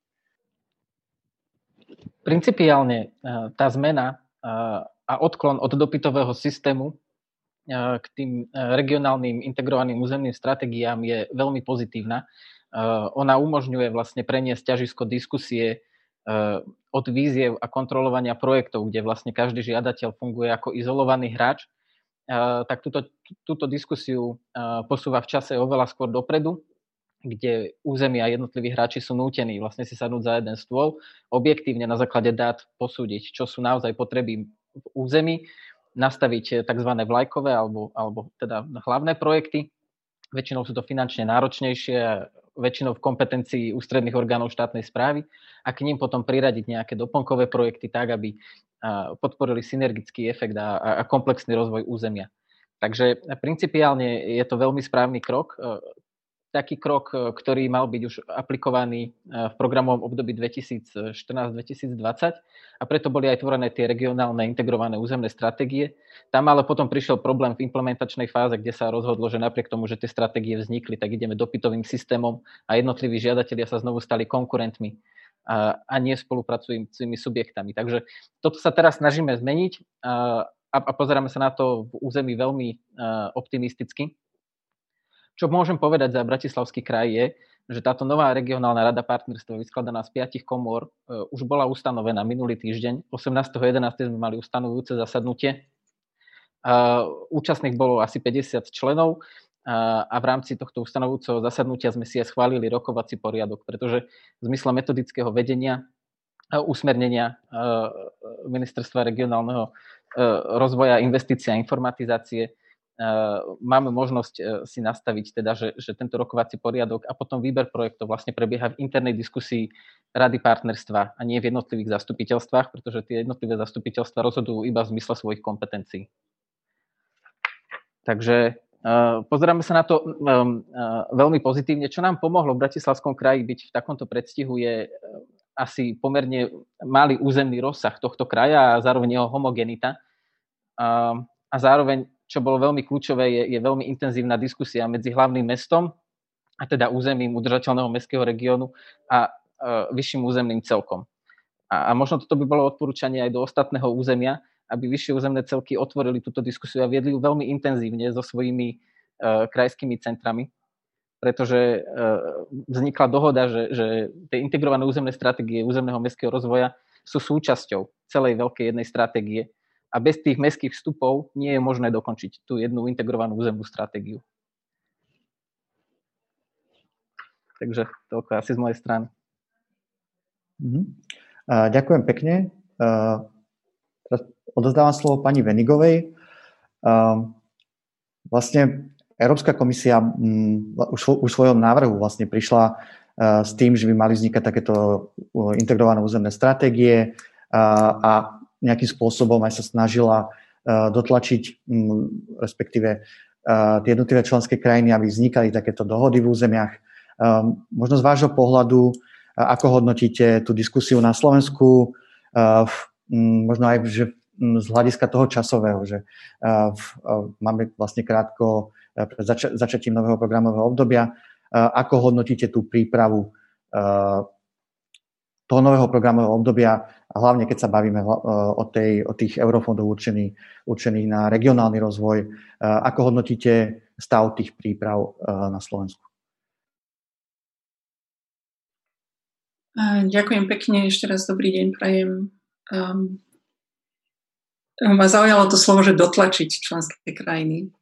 Principiálne tá zmena a odklon od dopytového systému k tým regionálnym integrovaným územným stratégiám je veľmi pozitívna. Ona umožňuje vlastne preniesť ťažisko diskusie od víziev a kontrolovania projektov, kde vlastne každý žiadateľ funguje ako izolovaný hráč, tak túto diskusiu posúva v čase oveľa skôr dopredu, kde územia a jednotliví hráči sú nútení vlastne si sadnúť za jeden stôl, objektívne na základe dát posúdiť, čo sú naozaj potreby v území, nastaviť tzv. Vlajkové alebo teda hlavné projekty. Väčšinou sú to finančne náročnejšie, väčšinou v kompetencii ústredných orgánov štátnej správy a k ním potom priradiť nejaké doplnkové projekty tak, aby podporili synergický efekt a komplexný rozvoj územia. Takže principiálne je to veľmi správny krok. Taký krok, ktorý mal byť už aplikovaný v programovom období 2014-2020 a preto boli aj tvorené tie regionálne integrované územné stratégie. Tam ale potom prišiel problém v implementačnej fáze, kde sa rozhodlo, že napriek tomu, že tie stratégie vznikli, tak ideme dopytovým systémom a jednotliví žiadatelia sa znovu stali konkurentmi a nie spolupracujúcimi subjektami. Takže toto sa teraz snažíme zmeniť a pozeráme sa na to v území veľmi optimisticky. Čo môžem povedať za Bratislavský kraj je, že táto nová regionálna rada partnerstva vyskladaná z 5 komôr už bola ustanovená minulý týždeň. 18.11. sme mali ustanovujúce zasadnutie. Účastných bolo asi 50 členov a v rámci tohto ustanovujúceho zasadnutia sme si aj schválili rokovací poriadok, pretože v zmysle metodického vedenia a usmernenia Ministerstva regionálneho rozvoja, investícií a informatizácie máme možnosť si nastaviť teda, že tento rokovací poriadok a potom výber projektov vlastne prebieha v internej diskusii rady partnerstva a nie v jednotlivých zastupiteľstvách, pretože tie jednotlivé zastupiteľstva rozhodujú iba v zmysle svojich kompetencií. Takže pozeráme sa na to veľmi pozitívne. Čo nám pomohlo v Bratislavskom kraji byť v takomto predstihu je asi pomerne malý územný rozsah tohto kraja a zároveň jeho homogenita. A zároveň, čo bolo veľmi kľúčové, je veľmi intenzívna diskusia medzi hlavným mestom, a teda územím udržateľného mestského regiónu a vyšším územným celkom. A možno toto by bolo odporúčanie aj do ostatného územia, aby vyššie územné celky otvorili túto diskusiu a viedli ju veľmi intenzívne so svojimi krajskými centrami. pretože vznikla dohoda, že tie integrované územné stratégie územného mestského rozvoja sú súčasťou celej veľkej jednej stratégie a bez tých mestských vstupov nie je možné dokončiť tú jednu integrovanú územnú stratégiu. Takže toľko asi z mojej strany. Ďakujem pekne. Teraz odozdávam slovo pani Wenigovej. Vlastne Európska komisia už v svojom návrhu vlastne prišla s tým, že by mali vznikať takéto integrované územné stratégie a nejakým spôsobom aj sa snažila dotlačiť, respektíve tie jednotlivé členské krajiny, aby vznikali takéto dohody v územiach. Možno z vášho pohľadu, ako hodnotíte tú diskusiu na Slovensku, možno aj že z hľadiska toho časového, že máme vlastne krátko pred začatím nového programového obdobia. Ako hodnotíte tú prípravu toho nového programového obdobia, a hlavne keď sa bavíme o tých eurofondov určených na regionálny rozvoj, ako hodnotíte stav tých príprav na Slovensku? Ďakujem pekne, ešte raz dobrý deň prajem. Ma zaujalo to slovo, že dotlačiť členské krajiny.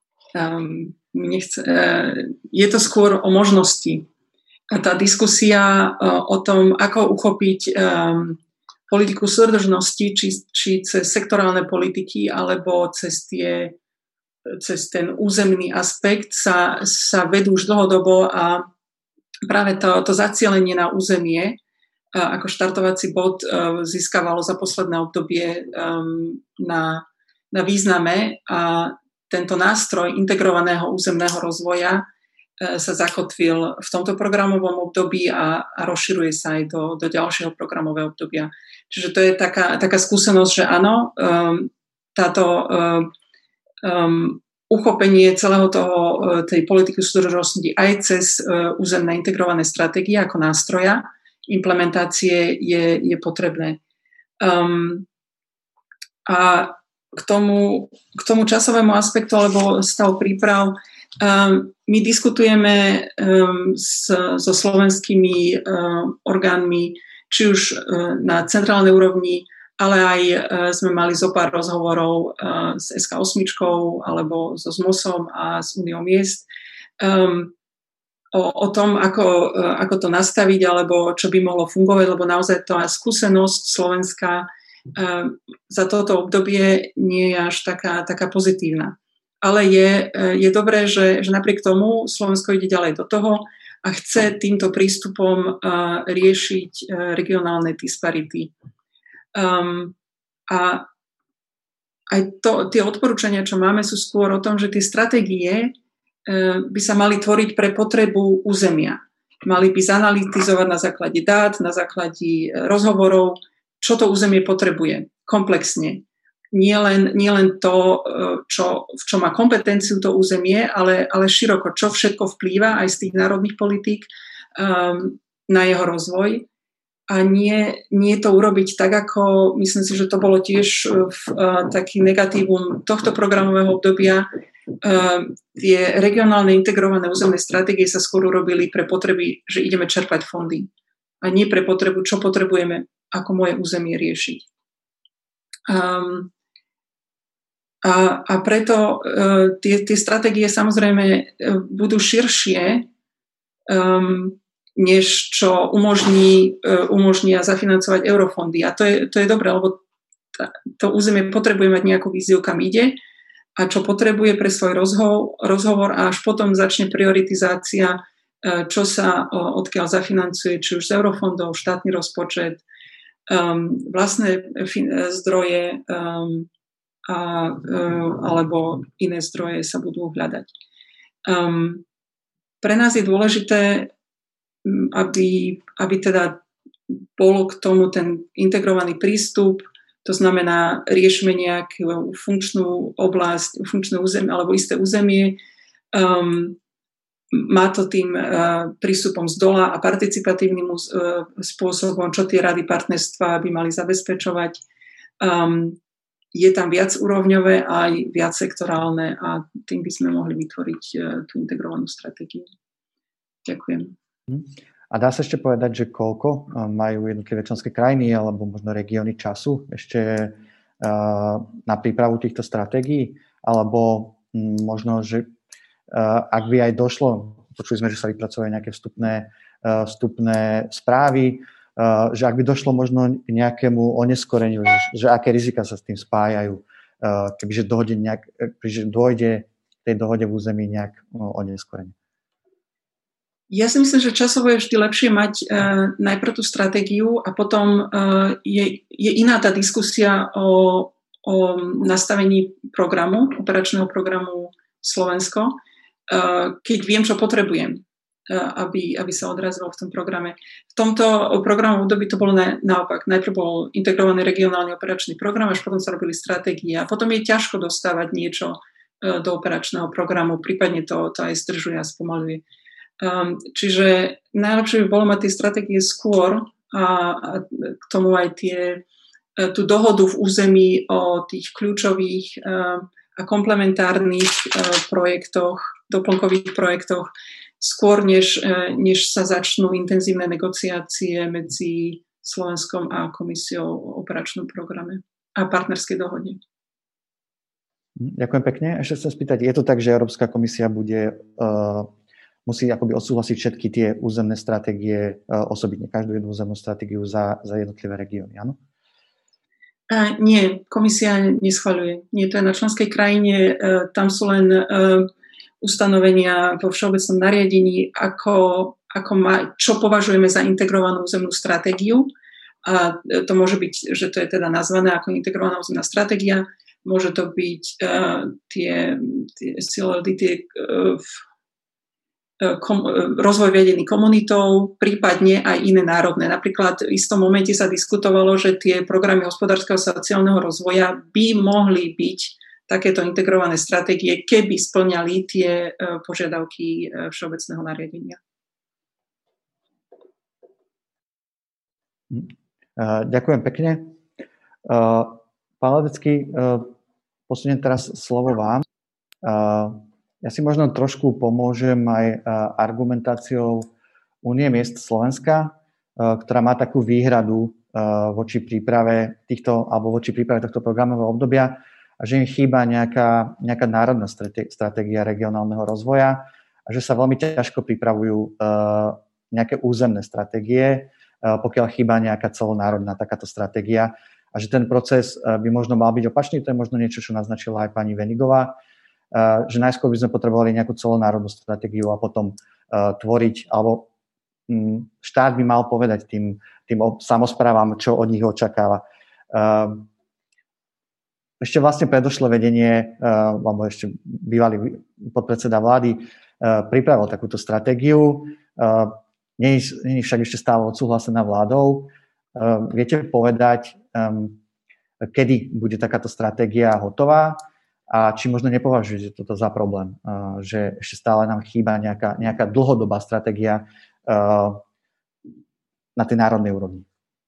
Je to skôr o možnosti. Tá diskusia o tom, ako uchopiť politiku súdržnosti, či cez sektorálne politiky, alebo cez ten územný aspekt sa vedú už dlhodobo a práve to zacielenie na územie ako štartovací bod získavalo za posledné obdobie na význame a tento nástroj integrovaného územného rozvoja sa zakotvil v tomto programovom období a rozširuje sa aj do ďalšieho programového obdobia. Čiže to je taká skúsenosť, že áno, táto uchopenie celého tej politiky súdržnosti aj cez územné integrované stratégie ako nástroja implementácie je potrebné. A k tomu časovému aspektu alebo stavu príprav my diskutujeme so slovenskými orgánmi, či už na centrálnej úrovni, ale aj sme mali zo pár rozhovorov s SK8 alebo so ZMOSom a s Uniou miest o tom, ako to nastaviť alebo čo by mohlo fungovať, lebo naozaj tá skúsenosť Slovenska za toto obdobie nie je až taká pozitívna. Ale je dobré, že napriek tomu Slovensko ide ďalej do toho a chce týmto prístupom riešiť regionálne disparity. A aj tie odporúčania, čo máme, sú skôr o tom, že tie stratégie by sa mali tvoriť pre potrebu územia. Mali by zanalizovať na základe dát, na základe rozhovorov, čo to územie potrebuje komplexne. Nie len to, v čo má kompetenciu to územie, ale široko, čo všetko vplýva aj z tých národných politík na jeho rozvoj. A nie to urobiť tak, ako myslím si, že to bolo tiež taký negatívum tohto programového obdobia. Tie regionálne integrované územné stratégie sa skôr urobili pre potreby, že ideme čerpať fondy. A nie pre potrebu, čo potrebujeme, ako moje územie riešiť. A preto tie stratégie samozrejme budú širšie, než čo umožní zafinancovať eurofondy. A to je dobré, lebo to územie potrebuje mať nejakú víziu, kam ide a čo potrebuje pre svoj rozhovor a až potom začne prioritizácia, čo sa odkiaľ zafinancuje, či už z eurofondov, štátny rozpočet, vlastné zdroje alebo iné zdroje sa budú hľadať. Pre nás je dôležité, aby teda bol k tomu ten integrovaný prístup, to znamená riešime nejakú funkčnú oblasť, funkčné územie alebo isté územie, má to tým prístupom z dola a participatívnym spôsobom, čo tie rady partnerstva by mali zabezpečovať. Je tam viac úrovňové aj viac sektorálne a tým by sme mohli vytvoriť tú integrovanú stratégiu. Ďakujem. A dá sa ešte povedať, že koľko majú jednotlivé členské krajiny alebo možno regióny času ešte na prípravu týchto stratégií? Alebo možno, že ak by aj došlo, počuli sme, že sa vypracovajú nejaké vstupné správy, že ak by došlo možno k nejakému oneskoreniu, že aké rizika sa s tým spájajú, kebyže dôjde tej dohode v území nejak oneskorenie. Ja si myslím, že časovo je vždy lepšie mať najprv tú stratégiu a potom je iná tá diskusia o nastavení programu, operačného programu Slovensko, keď viem, čo potrebujem, aby sa odrazilo v tom programe. V tomto programu období to bolo naopak. Najprv bol integrovaný regionálny operačný program, až potom sa robili stratégie a potom je ťažko dostávať niečo do operačného programu, prípadne to aj zdržuje a spomaľuje. Čiže najlepšie by bolo mať tie stratégie skôr a k tomu aj tú dohodu v území o tých kľúčových a komplementárnych projektoch, doplnkových projektoch skôr, než sa začnú intenzívne negociácie medzi Slovenskom a Komisiou o operačnom programe a partnerskej dohode. Ďakujem pekne. Ešte chcem spýtať, je to tak, že Európska komisia musí akoby odsúhlasiť všetky tie územné stratégie osobitne, každú jednu územnú stratégiu za jednotlivé regióny, áno? Nie, komisia neschvaľuje. Nie, to je na členskej krajine, tam sú len ustanovenia vo všeobecnom nariadení, čo považujeme za integrovanú územnú stratégiu. A to môže byť, že to je teda nazvané ako integrovaná územná stratégia, môže to byť tie rozvoj vedený komunitou, prípadne aj iné národné. Napríklad v istom momente sa diskutovalo, že tie programy hospodárskeho a sociálneho rozvoja by mohli byť takéto integrované stratégie, keby spĺňali tie požiadavky všeobecného nariadenia. Ďakujem pekne. Pán Ledecký, posuniem teraz slovo vám. Ja si možno trošku pomôžem aj argumentáciou Únie miest Slovenska, ktorá má takú výhradu voči príprave tohto programového obdobia a že im chýba nejaká národná stratégia regionálneho rozvoja a že sa veľmi ťažko pripravujú nejaké územné stratégie, pokiaľ chýba nejaká celonárodná takáto stratégia a že ten proces by možno mal byť opačný. To je možno niečo, čo naznačila aj pani Wenigová, že najskôr by sme potrebovali nejakú celonárodnú stratégiu a potom tvoriť, alebo štát by mal povedať tým samosprávam, čo od nich očakáva. Ešte vlastne predošlé vedenie, alebo ešte bývalý podpredseda vlády pripravil takúto stratégiu. Nie je však ešte stále odsúhlasená vládou. Viete povedať, kedy bude takáto stratégia hotová? A či možno nepovažujete toto za problém, že ešte stále nám chýba nejaká dlhodobá stratégia na tej národnej úrovni?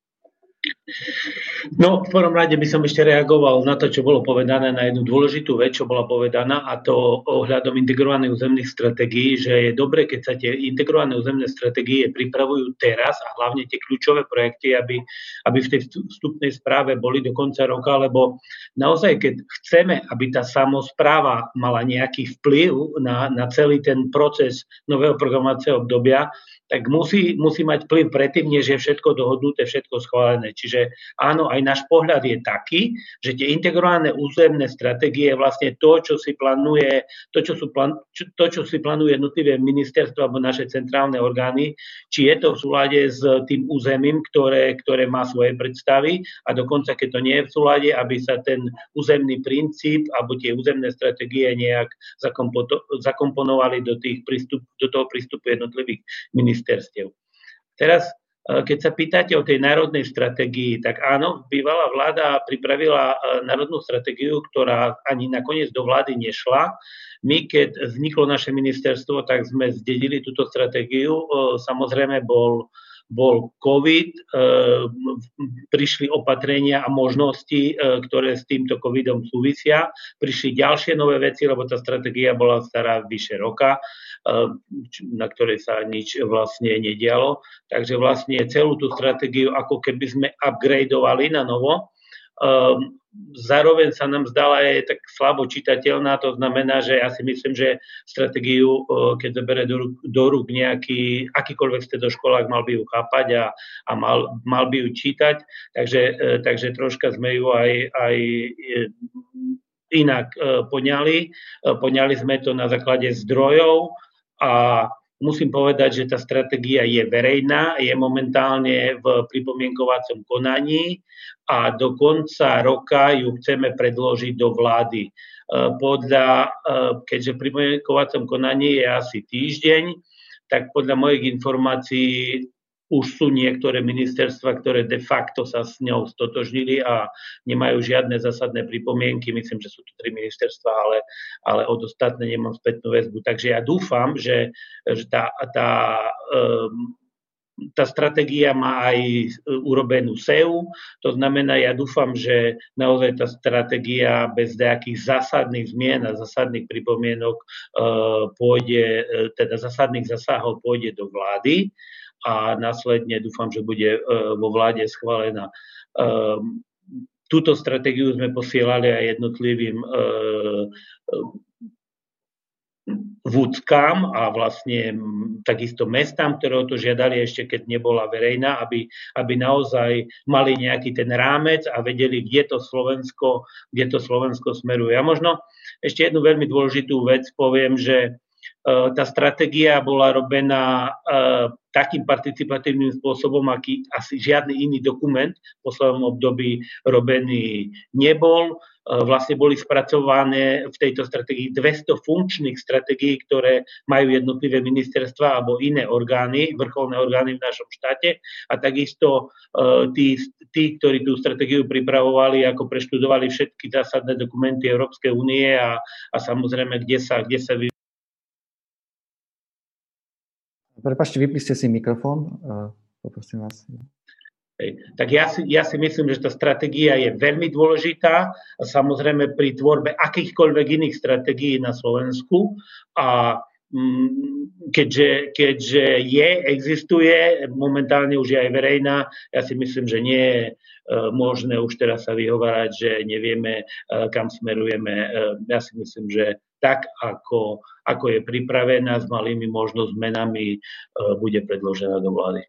No, v prvom rade by som ešte reagoval na to, čo bolo povedané, na jednu dôležitú vec, čo bola povedaná, a to ohľadom integrovaných územných stratégií, že je dobre, keď sa tie integrované územné stratégie pripravujú teraz a hlavne tie kľúčové projekty, aby v tej vstupnej správe boli do konca roka, lebo naozaj, keď chceme, aby tá samospráva mala nejaký vplyv na celý ten proces nového programovacieho obdobia, tak musí mať vplyv predtým, než je všetko dohodnuté, všetko schválené. Čiže áno, aj náš pohľad je taký, že tie integrované územné stratégie je vlastne to, čo si plánuje jednotlivé ministerstvo alebo naše centrálne orgány, či je to v súlade s tým územím, ktoré má svoje predstavy a dokonca, keď to nie je v súlade, aby sa ten územný princíp alebo tie územné stratégie nejak zakomponovali do toho prístupu jednotlivých ministerstiev. Teraz, keď sa pýtate o tej národnej stratégii, tak áno, bývalá vláda pripravila národnú stratégiu, ktorá ani nakoniec do vlády nešla. My, keď vzniklo naše ministerstvo, tak sme zdedili túto stratégiu. Samozrejme bol COVID, prišli opatrenia a možnosti, ktoré s týmto covidom súvisia. Prišli ďalšie nové veci, lebo tá stratégia bola stará vyše roka. na ktorej sa nič vlastne nedialo. Takže vlastne celú tú stratégiu ako keby sme upgradeovali na novo. Zároveň sa nám zdala aj tak slabo čitateľná, to znamená, že ja si myslím, že stratégiu, keď zabere do rúk nejaký, akýkoľvek stredoškolák, mal by ju chápať a mal by ju čítať, takže troška sme ju aj inak poňali. Poňali sme to na základe zdrojov a musím povedať, že tá stratégia je verejná, je momentálne v pripomienkovacom konaní a do konca roka ju chceme predložiť do vlády. Keďže v pripomienkovacom konaní je asi týždeň, tak podľa mojich informácií už sú niektoré ministerstva, ktoré de facto sa s ňou stotožnili a nemajú žiadne zásadné pripomienky. Myslím, že sú tu 3 ministerstva, ale od ostatné nemám spätnú väzbu. Takže ja dúfam, že tá stratégia má aj urobenú SEU. To znamená, ja dúfam, že naozaj tá stratégia bez nejakých zásadných zmien a zásadných pripomienok zásadných zasahov pôjde do vlády a následne dúfam, že bude vo vláde schválená. Túto stratégiu sme posielali aj jednotlivým vúckam a vlastne takisto mestám, ktoré o to žiadali ešte, keď nebola verejná, aby naozaj mali nejaký ten rámec a vedeli, kde to Slovensko smeruje. A možno ešte jednu veľmi dôležitú vec poviem, že tá stratégia bola robená takým participatívnym spôsobom, aký asi žiadny iný dokument v poslednom období robený nebol. Vlastne boli spracované v tejto stratégii 200 funkčných stratégií, ktoré majú jednotlivé ministerstva alebo iné orgány, vrcholné orgány v našom štáte. A takisto tí, ktorí tú stratégiu pripravovali, ako preštudovali všetky zásadné dokumenty Európskej únie a samozrejme, kde sa Prepáčte, vypli ste si mikrofón. Poprosím vás. Tak ja si myslím, že tá stratégia je veľmi dôležitá a samozrejme pri tvorbe akýchkoľvek iných stratégií na Slovensku a keďže existuje, momentálne už je aj verejná, ja si myslím, že nie je možné už teraz sa vyhovárať, že nevieme, kam smerujeme. Ja si myslím, že tak, ako je pripravená s malými možno zmenami, bude predložená do vlády.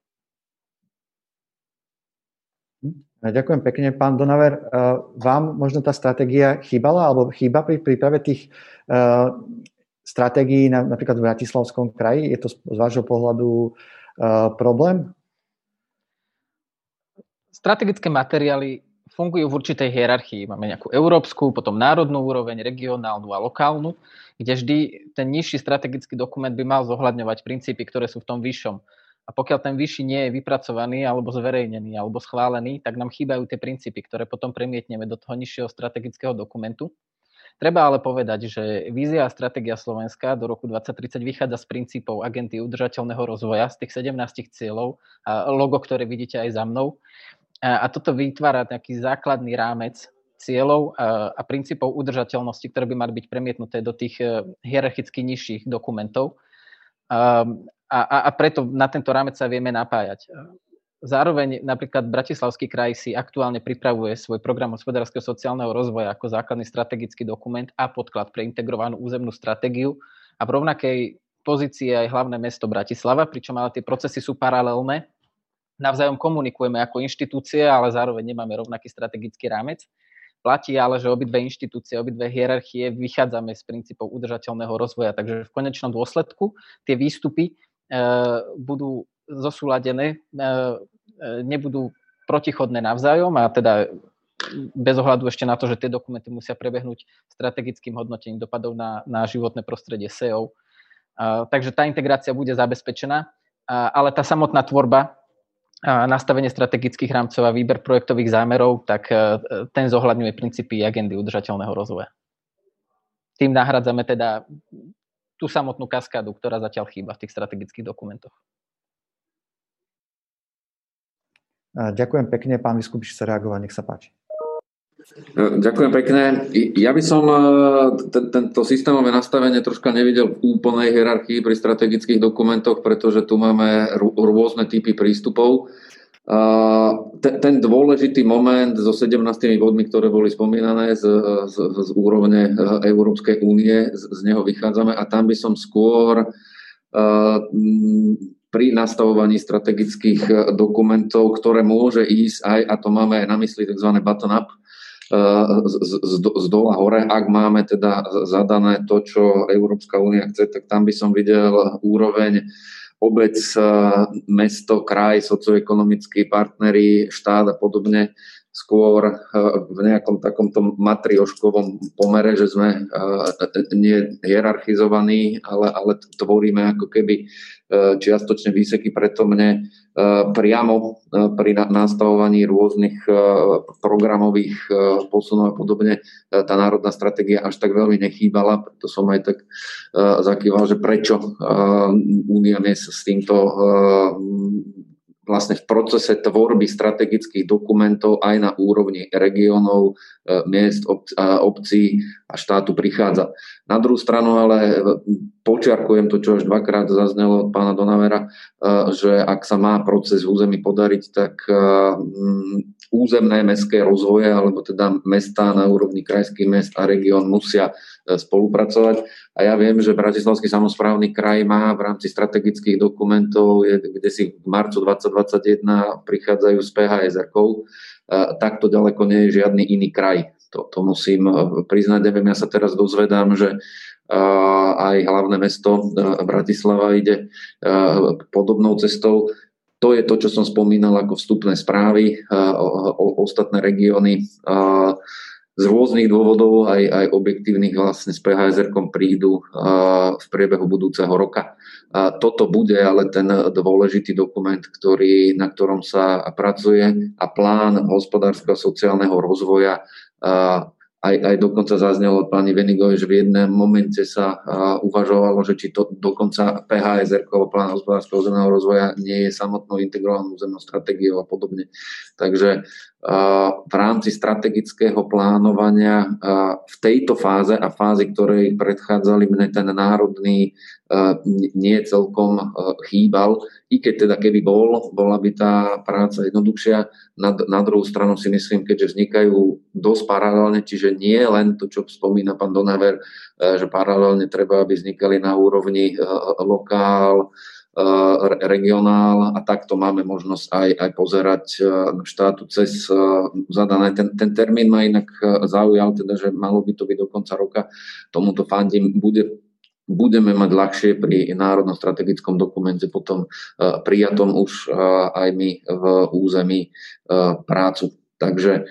Ďakujem pekne. Pán Donaver, vám možno tá stratégia chýbala alebo chýba pri príprave tých stratégií napríklad v Bratislavskom kraji? Je to z vášho pohľadu problém? Strategické materiály fungujú v určitej hierarchii. Máme nejakú európsku, potom národnú úroveň, regionálnu a lokálnu, kde vždy ten nižší strategický dokument by mal zohľadňovať princípy, ktoré sú v tom vyššom. A pokiaľ ten vyšší nie je vypracovaný, alebo zverejnený, alebo schválený, tak nám chýbajú tie princípy, ktoré potom premietneme do toho nižšieho strategického dokumentu. Treba ale povedať, že vízia a stratégia Slovenska do roku 2030 vychádza z princípov agendy udržateľného rozvoja, z tých 17 cieľov, a logo, ktoré vidíte aj za mnou. A toto vytvára taký základný rámec cieľov a princípov udržateľnosti, ktoré by mali byť premietnuté do tých hierarchicky nižších dokumentov. A preto na tento rámec sa vieme napájať. Zároveň napríklad Bratislavský kraj si aktuálne pripravuje svoj program hospodárskeho sociálneho rozvoja ako základný strategický dokument a podklad pre integrovanú územnú stratégiu a v rovnakej pozícii aj hlavné mesto Bratislava, pričom ale tie procesy sú paralelné. Navzájom komunikujeme ako inštitúcie, ale zároveň nemáme rovnaký strategický rámec. Platí ale, že obidve inštitúcie, obidve hierarchie vychádzame z princípov udržateľného rozvoja, takže v konečnom dôsledku tie výstupy budú zosúladené, nebudú protichodné navzájom a teda bez ohľadu ešte na to, že tie dokumenty musia prebehnúť strategickým hodnotením dopadov na životné prostredie SEO. Takže tá integrácia bude zabezpečená, ale tá samotná tvorba a nastavenie strategických rámcov a výber projektových zámerov, tak ten zohľadňuje princípy agendy udržateľného rozvoja. Tým nahradzame teda tú samotnú kaskádu, ktorá zatiaľ chýba v tých strategických dokumentoch. Ďakujem pekne. Pán Viskupič chce reagovať, nech sa páči. Ďakujem pekne. Ja by som tento systémové nastavenie troška nevidel v úplnej hierarchii pri strategických dokumentoch, pretože tu máme rôzne typy prístupov. Ten dôležitý moment so 17 bodmi, ktoré boli spomínané z úrovne Európskej únie, z neho vychádzame a tam by som skôr pri nastavovaní strategických dokumentov, ktoré môže ísť aj, a to máme aj na mysli tzv. Bottom-up, z dola hore, ak máme teda zadané to, čo Európska únia chce, tak tam by som videl úroveň obec, mesto, kraj, socioekonomickí partneri, štát a podobne, skôr v nejakom takomto matrioškovom pomere, že sme nie hierarchizovaní, ale tvoríme ako keby čiastočne výseky, preto mne priamo pri nastavovaní rôznych programových posunov a podobne tá národná stratégia až tak veľmi nechýbala, preto som aj tak zakýval, že prečo Únia dnes s týmto vlastne v procese tvorby strategických dokumentov aj na úrovni regiónov, miest, obcí a štátu prichádza. Na druhú stranu ale počiarkujem to, čo až dvakrát zaznelo od pána Donavera, že ak sa má proces v území podariť, tak územné mestské rozvoje, alebo teda mestá na úrovni krajských mest a región musia spolupracovať. A ja viem, že Bratislavský samosprávny kraj má v rámci strategických dokumentov, kde si v marcu 2021 prichádzajú s PHSR-kou, takto ďaleko nie je žiadny iný kraj. To musím priznať, neviem, ja sa teraz dozvedám, že aj hlavné mesto Bratislava ide podobnou cestou. To je to, čo som spomínal ako vstupné správy, ostatné regióny z rôznych dôvodov, aj objektívnych vlastne s PHSR-kom prídu v priebehu budúceho roka. Toto bude ale ten dôležitý dokument, na ktorom sa pracuje a plán hospodárskeho a sociálneho rozvoja. Aj dokonca zaznelo od pani Venigovej, že v jednom momente sa uvažovalo, že či to dokonca PHSR-kovo plán hospodárskeho územného rozvoja nie je samotnou integrovanou územnou stratégiou a podobne. Takže v rámci strategického plánovania v tejto fáze a fázi, ktorej predchádzali, mne ten národný nie celkom chýbal, i keď teda keby bola by tá práca jednoduchšia. Na druhú stranu si myslím, keďže vznikajú dosť paralelne, čiže nie len to, čo spomína pán Donaver, že paralelne treba, aby vznikali na úrovni lokál, regionál a takto máme možnosť aj pozerať štátu cez zadané. Ten termín ma inak zaujal, teda, že malo by to byť do konca roka. Tomuto fandím, budeme mať ľahšie pri národnom strategickom dokumente potom prijatom už aj my v území prácu. Takže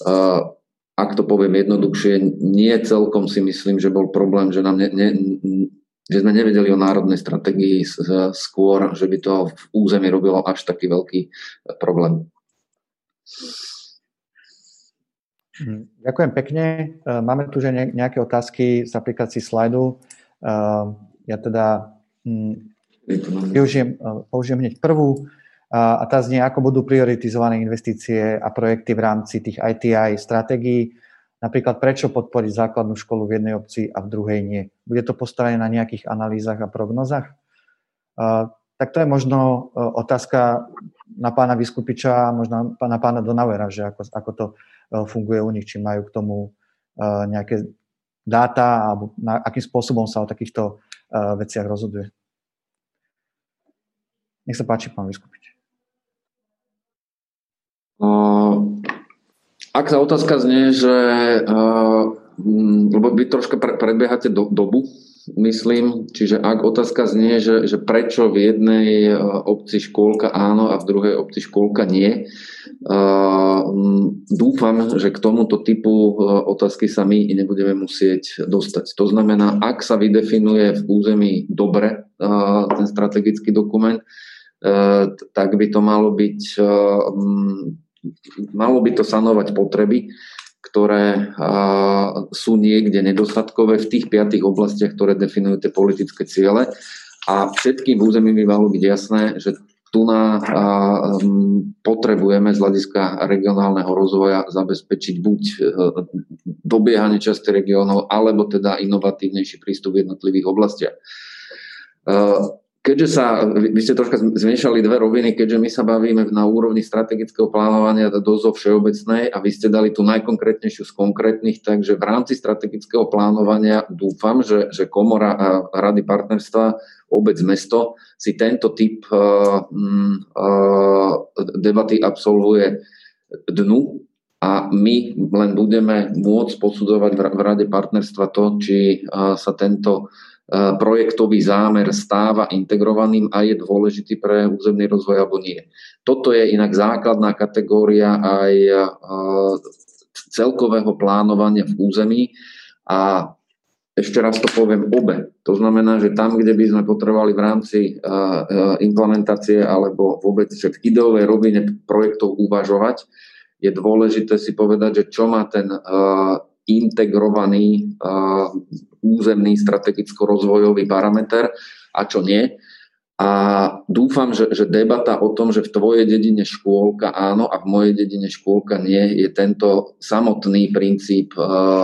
ak to poviem jednoduchšie, nie celkom si myslím, že bol problém, že nám že sme nevedeli o národnej stratégii skôr, že by to v území robilo až taký veľký problém. Ďakujem pekne. Máme tu že nejaké otázky z aplikácií slajdu. Ja teda použijem hneď prvú a tá znie, ako budú prioritizované investície a projekty v rámci tých ITI stratégií. Napríklad, prečo podporiť základnú školu v jednej obci a v druhej nie? Bude to postavené na nejakých analýzach a prognozách? Tak to je možno otázka na pána Viskupiča a možno na pána Donauera, že ako to funguje u nich, či majú k tomu nejaké dáta alebo akým spôsobom sa o takýchto veciach rozhoduje. Nech sa páči, pán Viskupič. Ak sa otázka znie, že lebo vy troška predbiehate dobu, myslím, čiže ak otázka znie, že prečo v jednej obci škôlka áno a v druhej obci škôlka nie, dúfam, že k tomuto typu otázky sa my nebudeme musieť dostať. To znamená, ak sa vydefinuje v území dobre ten strategický dokument, tak by to malo by to sanovať potreby, ktoré sú niekde nedostatkové v tých 5 oblastiach, ktoré definujú tie politické ciele. A všetkým územím by malo byť jasné, že potrebujeme z hľadiska regionálneho rozvoja zabezpečiť buď dobiehanie časti regiónov, alebo teda inovatívnejší prístup v jednotlivých oblastiach. Keďže vy ste troška zmiešali dve roviny, keďže my sa bavíme na úrovni strategického plánovania dosť zo všeobecnej a vy ste dali tú najkonkrétnejšiu z konkrétnych, takže v rámci strategického plánovania dúfam, že Komora a Rady partnerstva, obec, mesto si tento typ debaty absolvuje dnu a my len budeme môcť posudzovať v Rade partnerstva to, či sa tento projektový zámer stáva integrovaným a je dôležitý pre územný rozvoj alebo nie. Toto je inak základná kategória aj celkového plánovania v území a ešte raz to poviem obe. To znamená, že tam, kde by sme potrebovali v rámci implementácie alebo vôbec v ideovej rovine projektov uvažovať, je dôležité si povedať, že čo má ten integrovaný územný strategicko-rozvojový parameter a čo nie. A dúfam, že debata o tom, že v tvojej dedine škôlka áno a v mojej dedine škôlka nie, je tento samotný princíp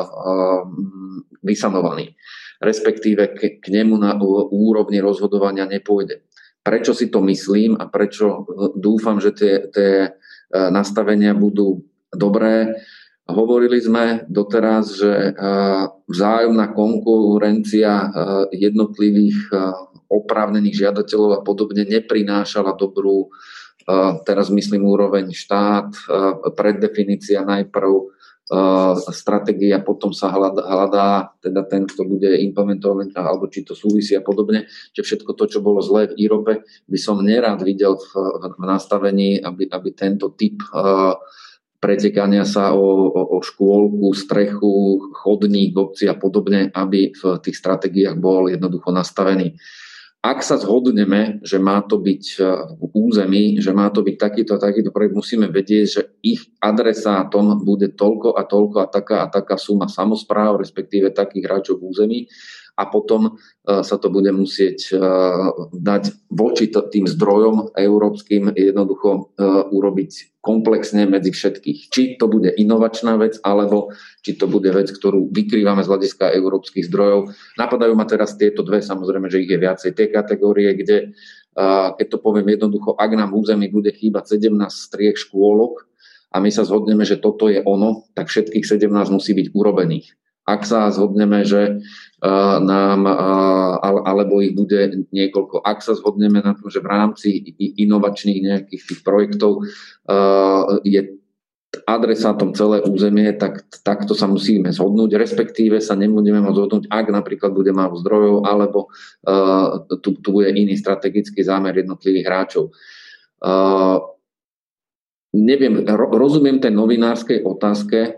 vysanovaný. Respektíve k nemu na úrovni rozhodovania nepôjde. Prečo si to myslím a prečo dúfam, že tie nastavenia budú dobré? Hovorili sme doteraz, že vzájomná konkurencia jednotlivých oprávnených žiadateľov a podobne neprinášala dobrú, teraz myslím úroveň štát, preddefinícia najprv, stratégia, potom sa hľadá teda ten, kto bude implementovať, alebo či to súvisí a podobne, že všetko to, čo bolo zlé v Írope, by som nerád videl v nastavení, aby tento typ pretekania sa o škôlku, strechu, chodník, obci a podobne, aby v tých stratégiách bol jednoducho nastavený. Ak sa zhodneme, že má to byť v území, že má to byť takýto a takýto projekt, musíme vedieť, že ich adresátom bude toľko a toľko a taká suma samospráv, respektíve takých hráčov v území a potom sa to bude musieť dať voči tým zdrojom európskym jednoducho urobiť komplexne medzi všetkých. Či to bude inovačná vec, alebo či to bude vec, ktorú vykrývame z hľadiska európskych zdrojov. Napadajú ma teraz tieto dve, samozrejme, že ich je viacej. Tie kategórie, kde, keď to poviem jednoducho, ak nám v území bude chýbať 17 striech škôlok a my sa zhodneme, že toto je ono, tak všetkých 17 musí byť urobených. Ak sa zhodneme, že nám, alebo ich bude niekoľko, ak sa zhodneme na tom, že v rámci inovačných nejakých tých projektov je adresátom celé územie, tak takto sa musíme zhodnúť, respektíve sa nebudeme môcť zhodnúť, ak napríklad bude málo zdrojov, alebo tu bude iný strategický zámer jednotlivých hráčov. Neviem, rozumiem tej novinárskej otázke,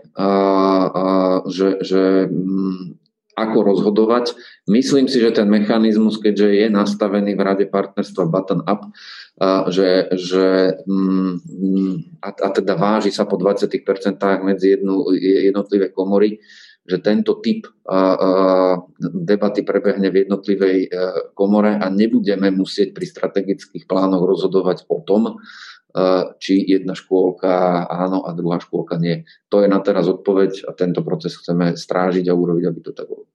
že ako rozhodovať. Myslím si, že ten mechanizmus, keďže je nastavený v Rade partnerstva bottom-up, a teda váži sa po 20% medzi jednotlivé komory, že tento typ debaty prebehne v jednotlivej komore a nebudeme musieť pri strategických plánoch rozhodovať o tom, či jedna škôlka áno a druhá škôlka nie. To je na teraz odpoveď a tento proces chceme strážiť a urobiť, aby to tak bolo.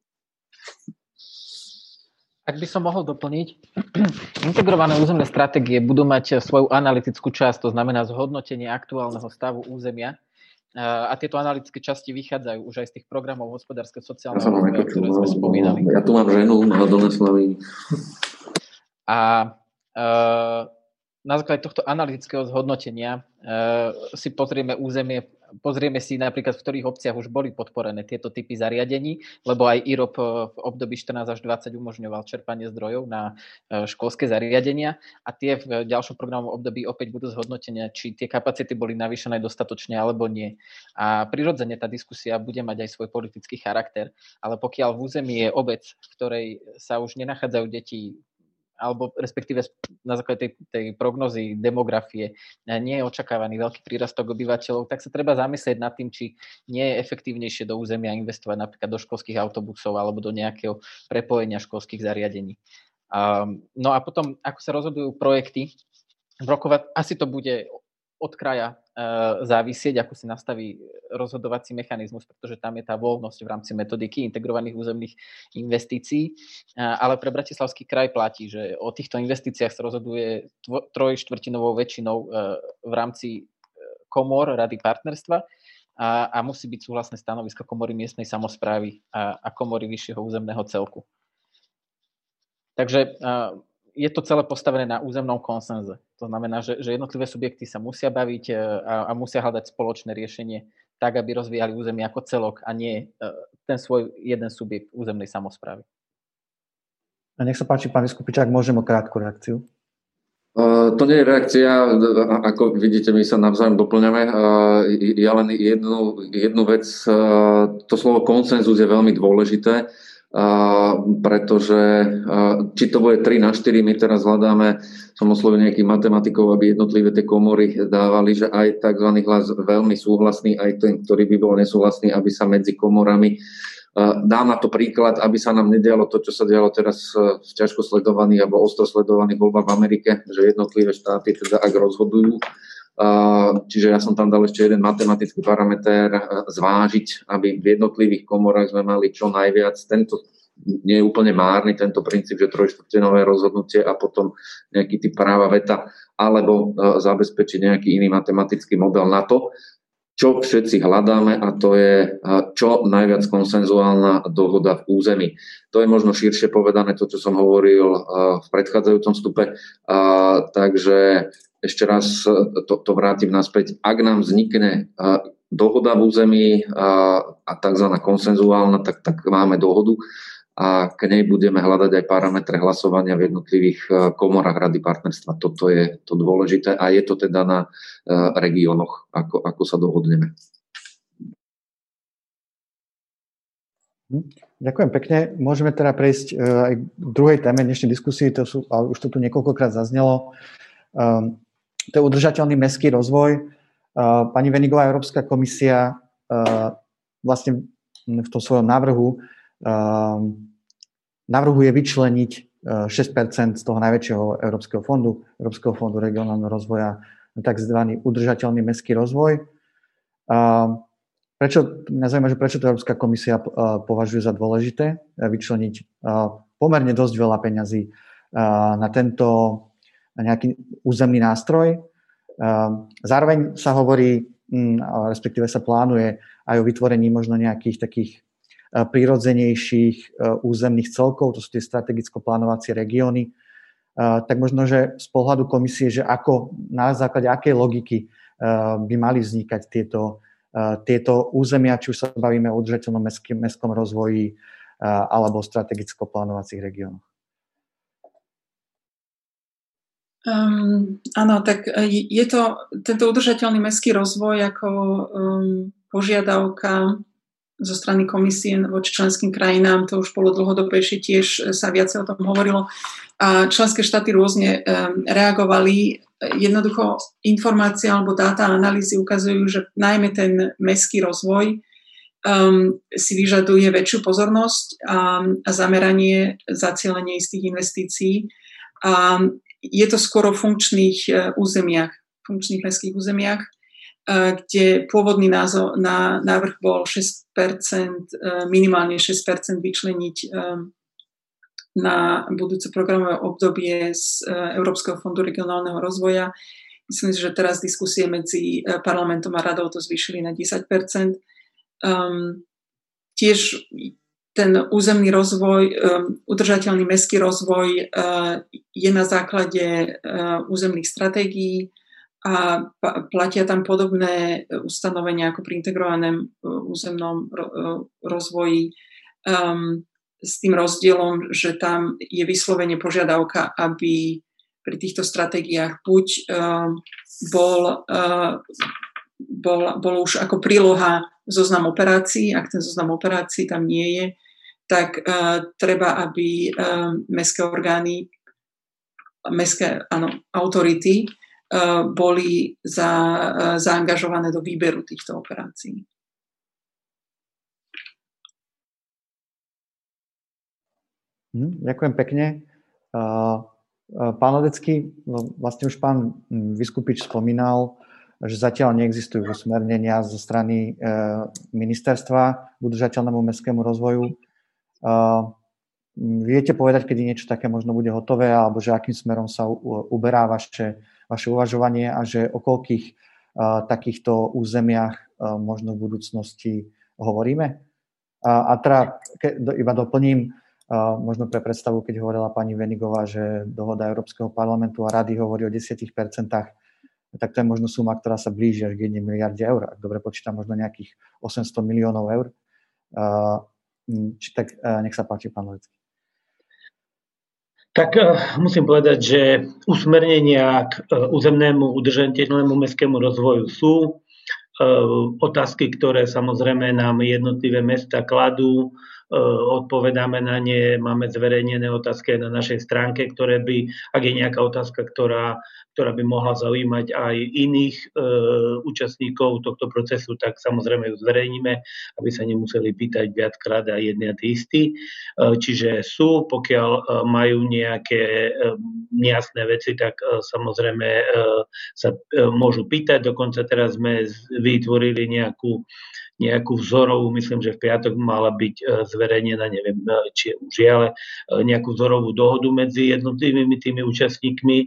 Ak by som mohol doplniť, integrované územné stratégie budú mať svoju analytickú časť, to znamená zhodnotenie aktuálneho stavu územia a tieto analytické časti vychádzajú už aj z tých programov hospodárskeho sociálneho rozvoja, ktoré sme spomínali. Ja tu mám ženu a donesla mi. A na základe tohto analytického zhodnotenia si pozrieme územie, pozrieme si napríklad, v ktorých obciach už boli podporené tieto typy zariadení, lebo aj IROP v období 14 až 20 umožňoval čerpanie zdrojov na školské zariadenia a tie v ďalšom programovom období opäť budú zhodnotenia, či tie kapacity boli navýšené dostatočne alebo nie. A prirodzene tá diskusia bude mať aj svoj politický charakter, ale pokiaľ v území je obec, v ktorej sa už nenachádzajú deti, alebo respektíve na základe tej prognozy demografie nie je očakávaný veľký prírastok obyvateľov, tak sa treba zamyslieť nad tým, či nie je efektívnejšie do územia investovať napríklad do školských autobusov alebo do nejakého prepojenia školských zariadení. No a potom, ako sa rozhodujú projekty, asi to bude od kraja závisieť, ako si nastaví rozhodovací mechanizmus, pretože tam je tá voľnosť v rámci metodiky integrovaných územných investícií. Ale pre Bratislavský kraj platí, že o týchto investíciách sa rozhoduje 3/4 väčšinou v rámci komor Rady partnerstva a musí byť súhlasné stanovisko komory miestnej samosprávy a komory vyššieho územného celku. Takže je to celé postavené na územnom konsenze. To znamená, že jednotlivé subjekty sa musia baviť a musia hľadať spoločné riešenie tak, aby rozvíjali územie ako celok a nie ten svoj jeden subjekt územnej samosprávy. A nech sa páči, pán Viskupič, ak môžem o krátku reakciu. To nie je reakcia, ako vidíte, my sa navzájom doplňame. Ja len jednu vec, to slovo konsenzus je veľmi dôležité, pretože či to bude 3/4, my teraz hľadáme, som oslovil nejakých matematikov, aby jednotlivé tie komory dávali, že aj tzv. Hlas veľmi súhlasný, aj ten, ktorý by bol nesúhlasný, aby sa medzi komorami dám na to príklad, aby sa nám nedialo to, čo sa dialo teraz v ťažko sledovaných alebo ostro sledovaných voľbách v Amerike, že jednotlivé štáty teda ak rozhodujú. Čiže ja som tam dal ešte jeden matematický parameter zvážiť, aby v jednotlivých komorách sme mali čo najviac. Tento nie je úplne márny, tento princíp, že 3/4 rozhodnutie a potom nejaký typ práva veta, alebo zabezpečiť nejaký iný matematický model na to, čo všetci hľadáme, a to je čo najviac konsenzuálna dohoda v území. To je možno širšie povedané to, čo som hovoril v predchádzajúcom vstupe. Takže ešte raz to vrátim naspäť. Ak nám vznikne dohoda v území a tzv. Konsenzuálna, tak máme dohodu a k nej budeme hľadať aj parametre hlasovania v jednotlivých komorách Rady partnerstva. Toto je to dôležité a je to teda na regiónoch, ako sa dohodneme. Ďakujem pekne. Môžeme teda prejsť aj k druhej téme dnešnej diskusie, ale už to tu niekoľkokrát zaznelo. To je udržateľný mestský rozvoj. Pani Wenigová, Európska komisia vlastne v tom svojom návrhu navrhuje vyčleniť 6% z toho najväčšieho Európskeho fondu regionálneho rozvoja na tzv. Udržateľný mestský rozvoj. Mňa zaujíma, že prečo to Európska komisia považuje za dôležité vyčleniť pomerne dosť veľa peňazí na tento nejaký územný nástroj. Zároveň sa hovorí, respektíve sa plánuje aj o vytvorení možno nejakých takých prirodzenejších územných celkov, to sú tie strategicko-plánovacie regióny. Tak možno, že z pohľadu komisie, že ako, na základe akej logiky by mali vznikať tieto územia, či už sa bavíme o udržateľnom mestskom rozvoji alebo strategicko-plánovacích regiónoch. Áno, tak je to tento udržateľný mestský rozvoj ako požiadavka zo strany komisie voči členským krajinám, to už bolo dlhodobejšie, tiež sa viacej o tom hovorilo a členské štáty rôzne reagovali. Jednoducho informácie alebo dáta a analýzy ukazujú, že najmä ten mestský rozvoj si vyžaduje väčšiu pozornosť a zameranie, zacielenie istých investícií. A je to skoro v funkčných mestských územiach, kde pôvodný návrh bol 6%, minimálne 6% vyčleniť na budúce programové obdobie z Európskeho fondu regionálneho rozvoja. Myslím si, že teraz diskusie medzi parlamentom a radou to zvýšili na 10%. Tiež ten územný rozvoj, udržateľný mestský rozvoj je na základe územných stratégií a platia tam podobné ustanovenia ako pri integrovaném územnom rozvoji s tým rozdielom, že tam je vyslovene požiadavka, aby pri týchto stratégiách buď bol už ako príloha zoznam operácií, ak ten zoznam operácií tam nie je, tak treba, aby mestské orgány, autority boli zaangažované do výberu týchto operácií. Ďakujem pekne. Pán Ledecký, vlastne už pán Viskupič spomínal, že zatiaľ neexistujú usmernenia zo strany ministerstva k udržateľnému mestskému rozvoju. Viete povedať, kedy niečo také možno bude hotové, alebo že akým smerom sa uberá vaše uvažovanie a že o koľkých takýchto územiach možno v budúcnosti hovoríme? A teda iba doplním, možno pre predstavu, keď hovorila pani Wenigová, že dohoda Európskeho parlamentu a rady hovorí o 10%, tak to je možno suma, ktorá sa blíži až k 1 miliarde eur. Ak dobre počítam, možno nejakých 800 miliónov eur. Tak nech sa páči, pán Ledecký. Tak musím povedať, že usmernenia k územnému udržateľnému mestskému rozvoju sú. Otázky, ktoré samozrejme nám jednotlivé mesta kladú, odpovedáme na ne, máme zverejnené otázky aj na našej stránke, ktoré by, ak je nejaká otázka, ktorá by mohla zaujímať aj iných účastníkov tohto procesu, tak samozrejme ju zverejníme, aby sa nemuseli pýtať viackrát aj jedni a tí istí. Čiže sú, pokiaľ majú nejaké nejasné veci, tak samozrejme sa môžu pýtať. Dokonca teraz sme vytvorili nejakú vzorovú, myslím, že v piatok mala byť zverejnená, neviem, či už je, ale nejakú vzorovú dohodu medzi jednotlivými tými účastníkmi.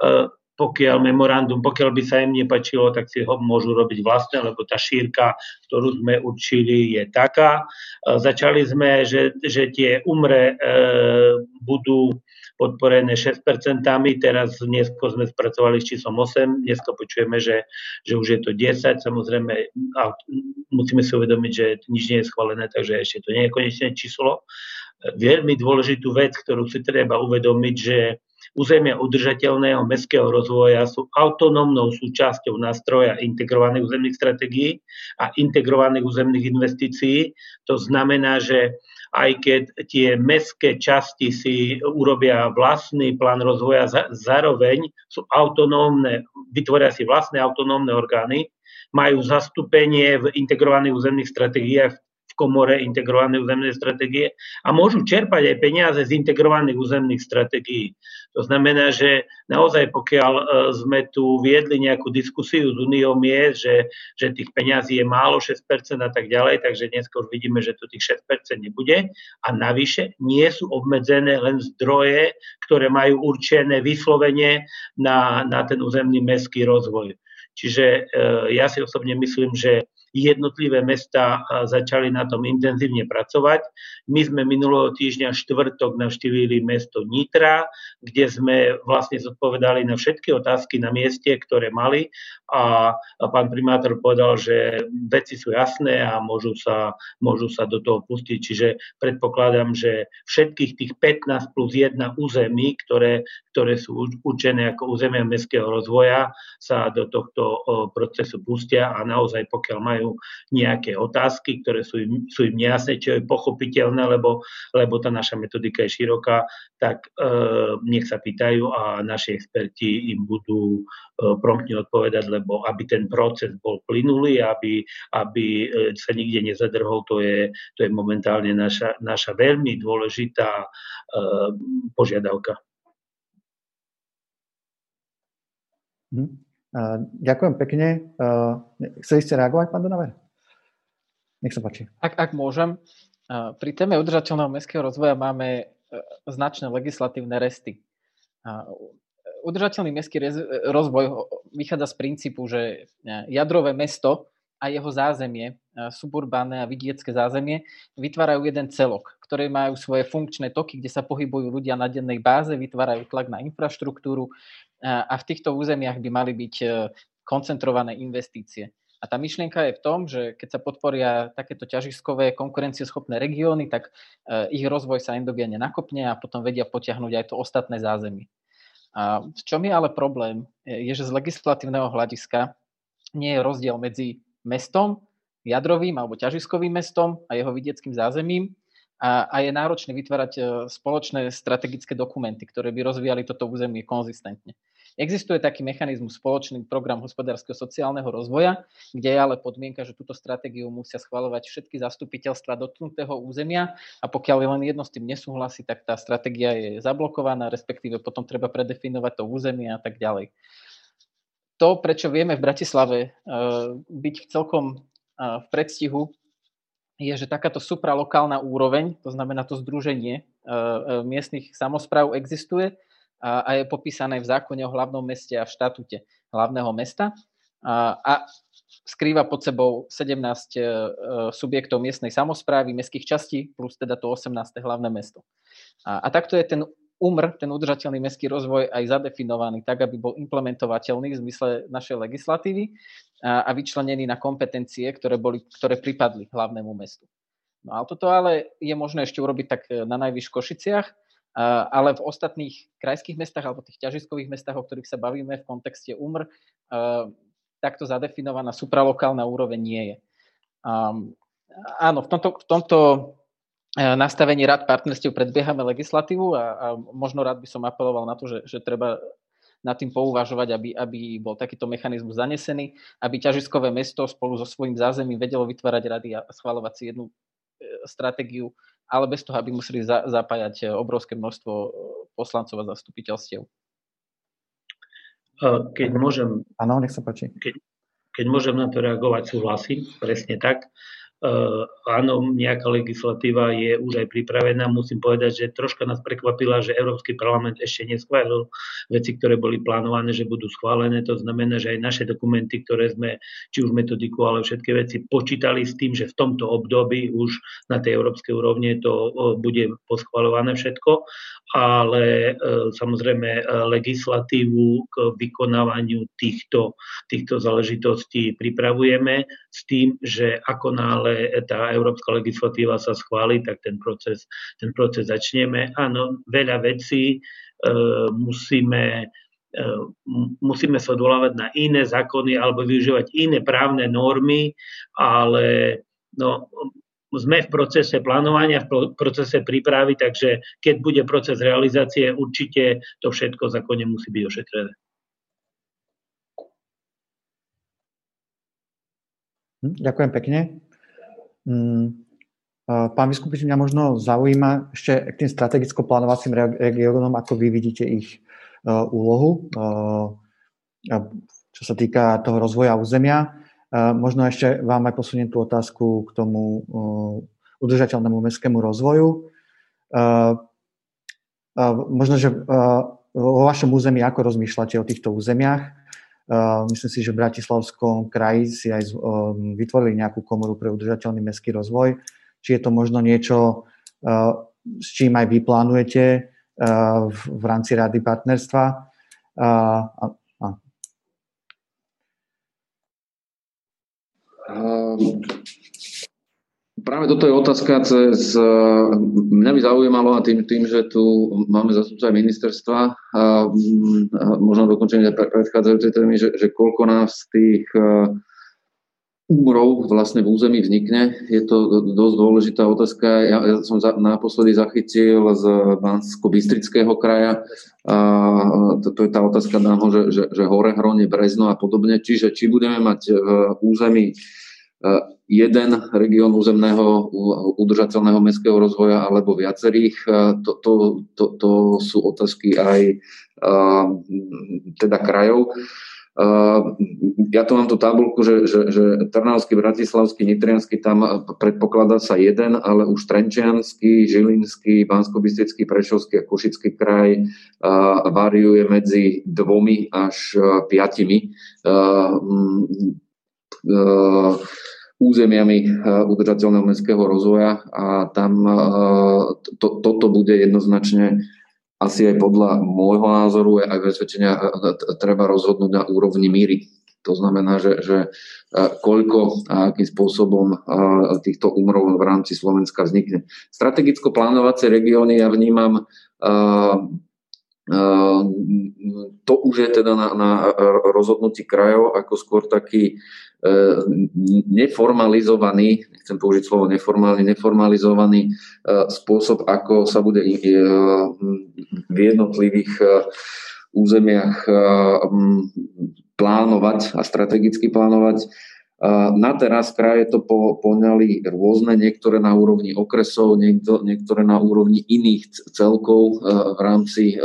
Pokiaľ by sa im nepačilo, tak si ho môžu robiť vlastne, lebo tá šírka, ktorú sme určili, je taká. Začali sme, že tie umre budú podporené 6%, teraz neskôr sme spracovali s číslom 8, dneska počujeme, že už je to 10, samozrejme, a musíme si uvedomiť, že nič nie je schválené, takže ešte to nie je konečné číslo. Veľmi dôležitú vec, ktorú si treba uvedomiť, že územia udržateľného mestského rozvoja sú autonómnou súčasťou nástroja integrovaných územných stratégií a integrovaných územných investícií. To znamená, že aj keď tie mestské časti si urobia vlastný plán rozvoja, zároveň sú autonómne, vytvoria si vlastné autonómne orgány, majú zastúpenie v integrovaných územných stratégiách, v komore integrovanej územnej stratégie a môžu čerpať aj peniaze z integrovaných územných stratégií. To znamená, že naozaj pokiaľ sme tu viedli nejakú diskusiu s Unióm je, že tých peňazí je málo, 6% a tak ďalej, takže dnes už vidíme, že to tých 6% nebude a navyše nie sú obmedzené len zdroje, ktoré majú určené vyslovene na ten územný mestský rozvoj. Čiže ja si osobne myslím, že jednotlivé mestá začali na tom intenzívne pracovať. My sme minulého týždňa štvrtok navštívili mesto Nitra, kde sme vlastne zodpovedali na všetky otázky na mieste, ktoré mali a pán primátor povedal, že veci sú jasné a môžu sa do toho pustiť. Čiže predpokladám, že všetkých tých 15 plus 1 území, ktoré sú určené ako územia mestského rozvoja, sa do tohto procesu pustia a naozaj pokiaľ majú nejaké otázky, ktoré sú im nejasné, čo je pochopiteľné, lebo tá naša metodika je široká, tak nech sa pýtajú a naši experti im budú promptne odpovedať, lebo aby ten proces bol plynulý, aby sa nikde nezadrhol, to je momentálne naša veľmi dôležitá požiadavka. Ďakujem pekne. Chceli ste reagovať, pán Donaver? Nech sa páči. Ak môžem, pri téme udržateľného mestského rozvoja máme značné legislatívne resty. Udržateľný mestský rozvoj vychádza z princípu, že jadrové mesto a jeho zázemie, suburbánne a vidiecké zázemie, vytvárajú jeden celok, ktoré majú svoje funkčné toky, kde sa pohybujú ľudia na dennej báze, vytvárajú tlak na infraštruktúru a v týchto územiach by mali byť koncentrované investície. A tá myšlienka je v tom, že keď sa podporia takéto ťažiskové konkurencieschopné regióny, tak ich rozvoj sa endogénne nakopne a potom vedia potiahnuť aj to ostatné zázemie. A v čom je ale problém, je, že z legislatívneho hľadiska nie je rozdiel medzi mestom, jadrovým alebo ťažiskovým mestom a jeho vidieckým zázemím a je náročné vytvárať spoločné strategické dokumenty, ktoré by rozvíjali toto územie konzistentne. Existuje taký mechanizmus spoločný program hospodárskeho sociálneho rozvoja, kde je ale podmienka, že túto stratégiu musia schvaľovať všetky zastupiteľstva dotknutého územia a pokiaľ len jedno s tým nesúhlasí, tak tá stratégia je zablokovaná, respektíve potom treba predefinovať to územie a tak ďalej. To, prečo vieme v Bratislave byť celkom v predstihu, je, že takáto supralokálna úroveň, to znamená to združenie miestnych samospráv existuje a je popísané v zákone o hlavnom meste a v štatúte hlavného mesta a skrýva pod sebou 17 subjektov miestnej samosprávy, mestských častí, plus teda to 18. hlavné mesto. A takto je ten ten udržateľný mestský rozvoj aj zadefinovaný tak, aby bol implementovateľný v zmysle našej legislatívy a vyčlenený na kompetencie, ktoré pripadli hlavnému mestu. No a toto ale je možné ešte urobiť tak na najvyš v Košiciach, ale v ostatných krajských mestách alebo tých ťažiskových mestách, o ktorých sa bavíme v kontexte UMR, takto zadefinovaná supralokálna úroveň nie je. Áno, v tomto nastavení rád partnerstiev predbiehame legislatívu a možno rád by som apeloval na to, že treba nad tým pouvažovať, aby bol takýto mechanizmus zanesený, aby ťažiskové mesto spolu so svojím zázemím vedelo vytvárať rady a schvaľovať si jednu stratégiu, ale bez toho, aby museli zapájať obrovské množstvo poslancov a zastupiteľstiev. Keď môžem... Áno, nech sa páči. Keď môžem na to reagovať, súhlasím, presne tak. Áno, nejaká legislatíva je už aj pripravená. Musím povedať, že troška nás prekvapila, že Európsky parlament ešte neschválil veci, ktoré boli plánované, že budú schválené. To znamená, že aj naše dokumenty, ktoré sme, či už metodiku, ale všetky veci počítali s tým, že v tomto období už na tej európskej úrovni to bude poschvaľované všetko. Ale samozrejme legislatívu k vykonávaniu týchto záležitostí pripravujeme s tým, že ako náhle tá európska legislatíva sa schváli, tak ten proces začneme. Áno, veľa vecí musíme sa odvolávať na iné zákony alebo využívať iné právne normy, ale sme v procese plánovania, v procese prípravy, takže keď bude proces realizácie, určite to všetko v zákone musí byť ošetrené. Ďakujem pekne. Pán Vyskupič, mňa možno zaujíma ešte k tým strategicko-plánovacím regiónom, ako vy vidíte ich úlohu, čo sa týka toho rozvoja územia. Možno ešte vám aj posuniem tú otázku k tomu udržateľnému mestskému rozvoju. Možno, že vo vašom území ako rozmýšľate o týchto územiach? Myslím si, že v Bratislavskom kraji si aj vytvorili nejakú komoru pre udržateľný mestský rozvoj. Či je to možno niečo, s čím aj vy plánujete v rámci Rady partnerstva? Práve toto je otázka mňa by zaujímalo a tým, že tu máme zástupca aj ministerstva a možno dokončenie predchádzajúcej témy, že koľko nás tých úmrov vlastne v území vznikne. Je to dosť dôležitá otázka. Ja som naposledy zachytil z Banskobystrického kraja. To je tá otázka dámo, že Hore, Hronie, Brezno a podobne. Čiže či budeme mať v území jeden región územného udržateľného mestského rozvoja alebo viacerých, to sú otázky aj teda krajov. Ja tu mám tú tabuľku, že Trnavský, Bratislavský, Nitriansky, tam predpokladá sa jeden, ale už Trenčiansky, Žilinský, Banskobystrický, Prešovský a Košický kraj variuje medzi 2 až 5 územiami udržateľného mestského rozvoja a tam toto bude jednoznačne asi aj podľa môjho názoru aj presvedčenia treba rozhodnúť na úrovni míry. To znamená, že koľko a akým spôsobom týchto úmrov v rámci Slovenska vznikne. Strategicko-plánovacie regióny ja vnímam, to už je teda na rozhodnutí krajov ako skôr taký neformalizovaný, nechcem použiť slovo neformalizovaný spôsob, ako sa bude v jednotlivých územiach plánovať a strategicky plánovať. Na teraz kraje to poňali rôzne, niektoré na úrovni okresov, niektoré na úrovni iných celkov v rámci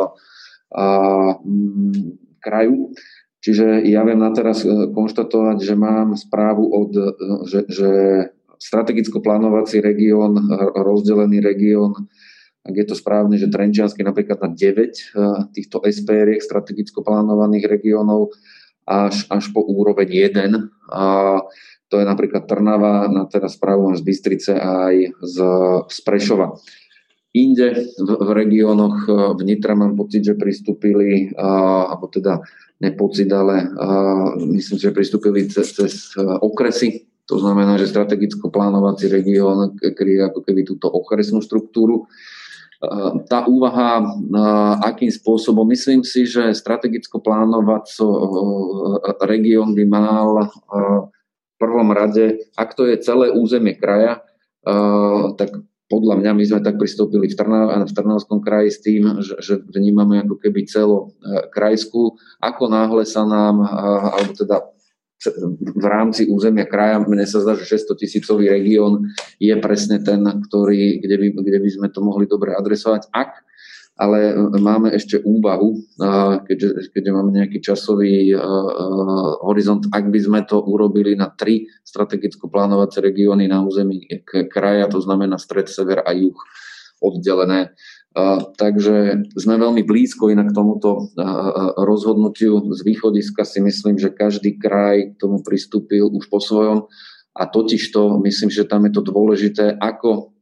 kraju. Čiže ja viem na teraz konštatovať, že mám správu že strategicko-plánovací región, rozdelený región, ak je to správne, že Trenčiansky napríklad na 9 týchto SPR-iek strategicko plánovaných regiónov až po úroveň 1. A to je napríklad Trnava, na teraz správu mám z Bystrice aj z Prešova. Inde v regiónoch v Nitra mám pocit, že pristúpili, alebo teda nepocit, ale myslím, že pristúpili cez okresy. To znamená, že strategicko plánovací región kryje ako keby túto okresnú štruktúru. Tá úvaha, akým spôsobom, myslím si, že strategicko plánovací región by mal v prvom rade, ak to je celé územie kraja, tak podľa mňa my sme tak pristúpili v Trnavskom kraji s tým, že vnímame ako keby celo krajskú. Ako náhle sa nám, alebo teda v rámci územia kraja, mne sa zdá, že 600 000 región je presne ten, kde by sme to mohli dobre adresovať. Ale máme ešte úvahu, keďže máme nejaký časový horizont, ak by sme to urobili na 3 strategicko-plánovacie regióny na území kraja, to znamená stred, sever a juh oddelené. Takže sme veľmi blízko inak tomuto rozhodnutiu. Z východiska si myslím, že každý kraj k tomu pristúpil už po svojom a totižto myslím, že tam je to dôležité, ako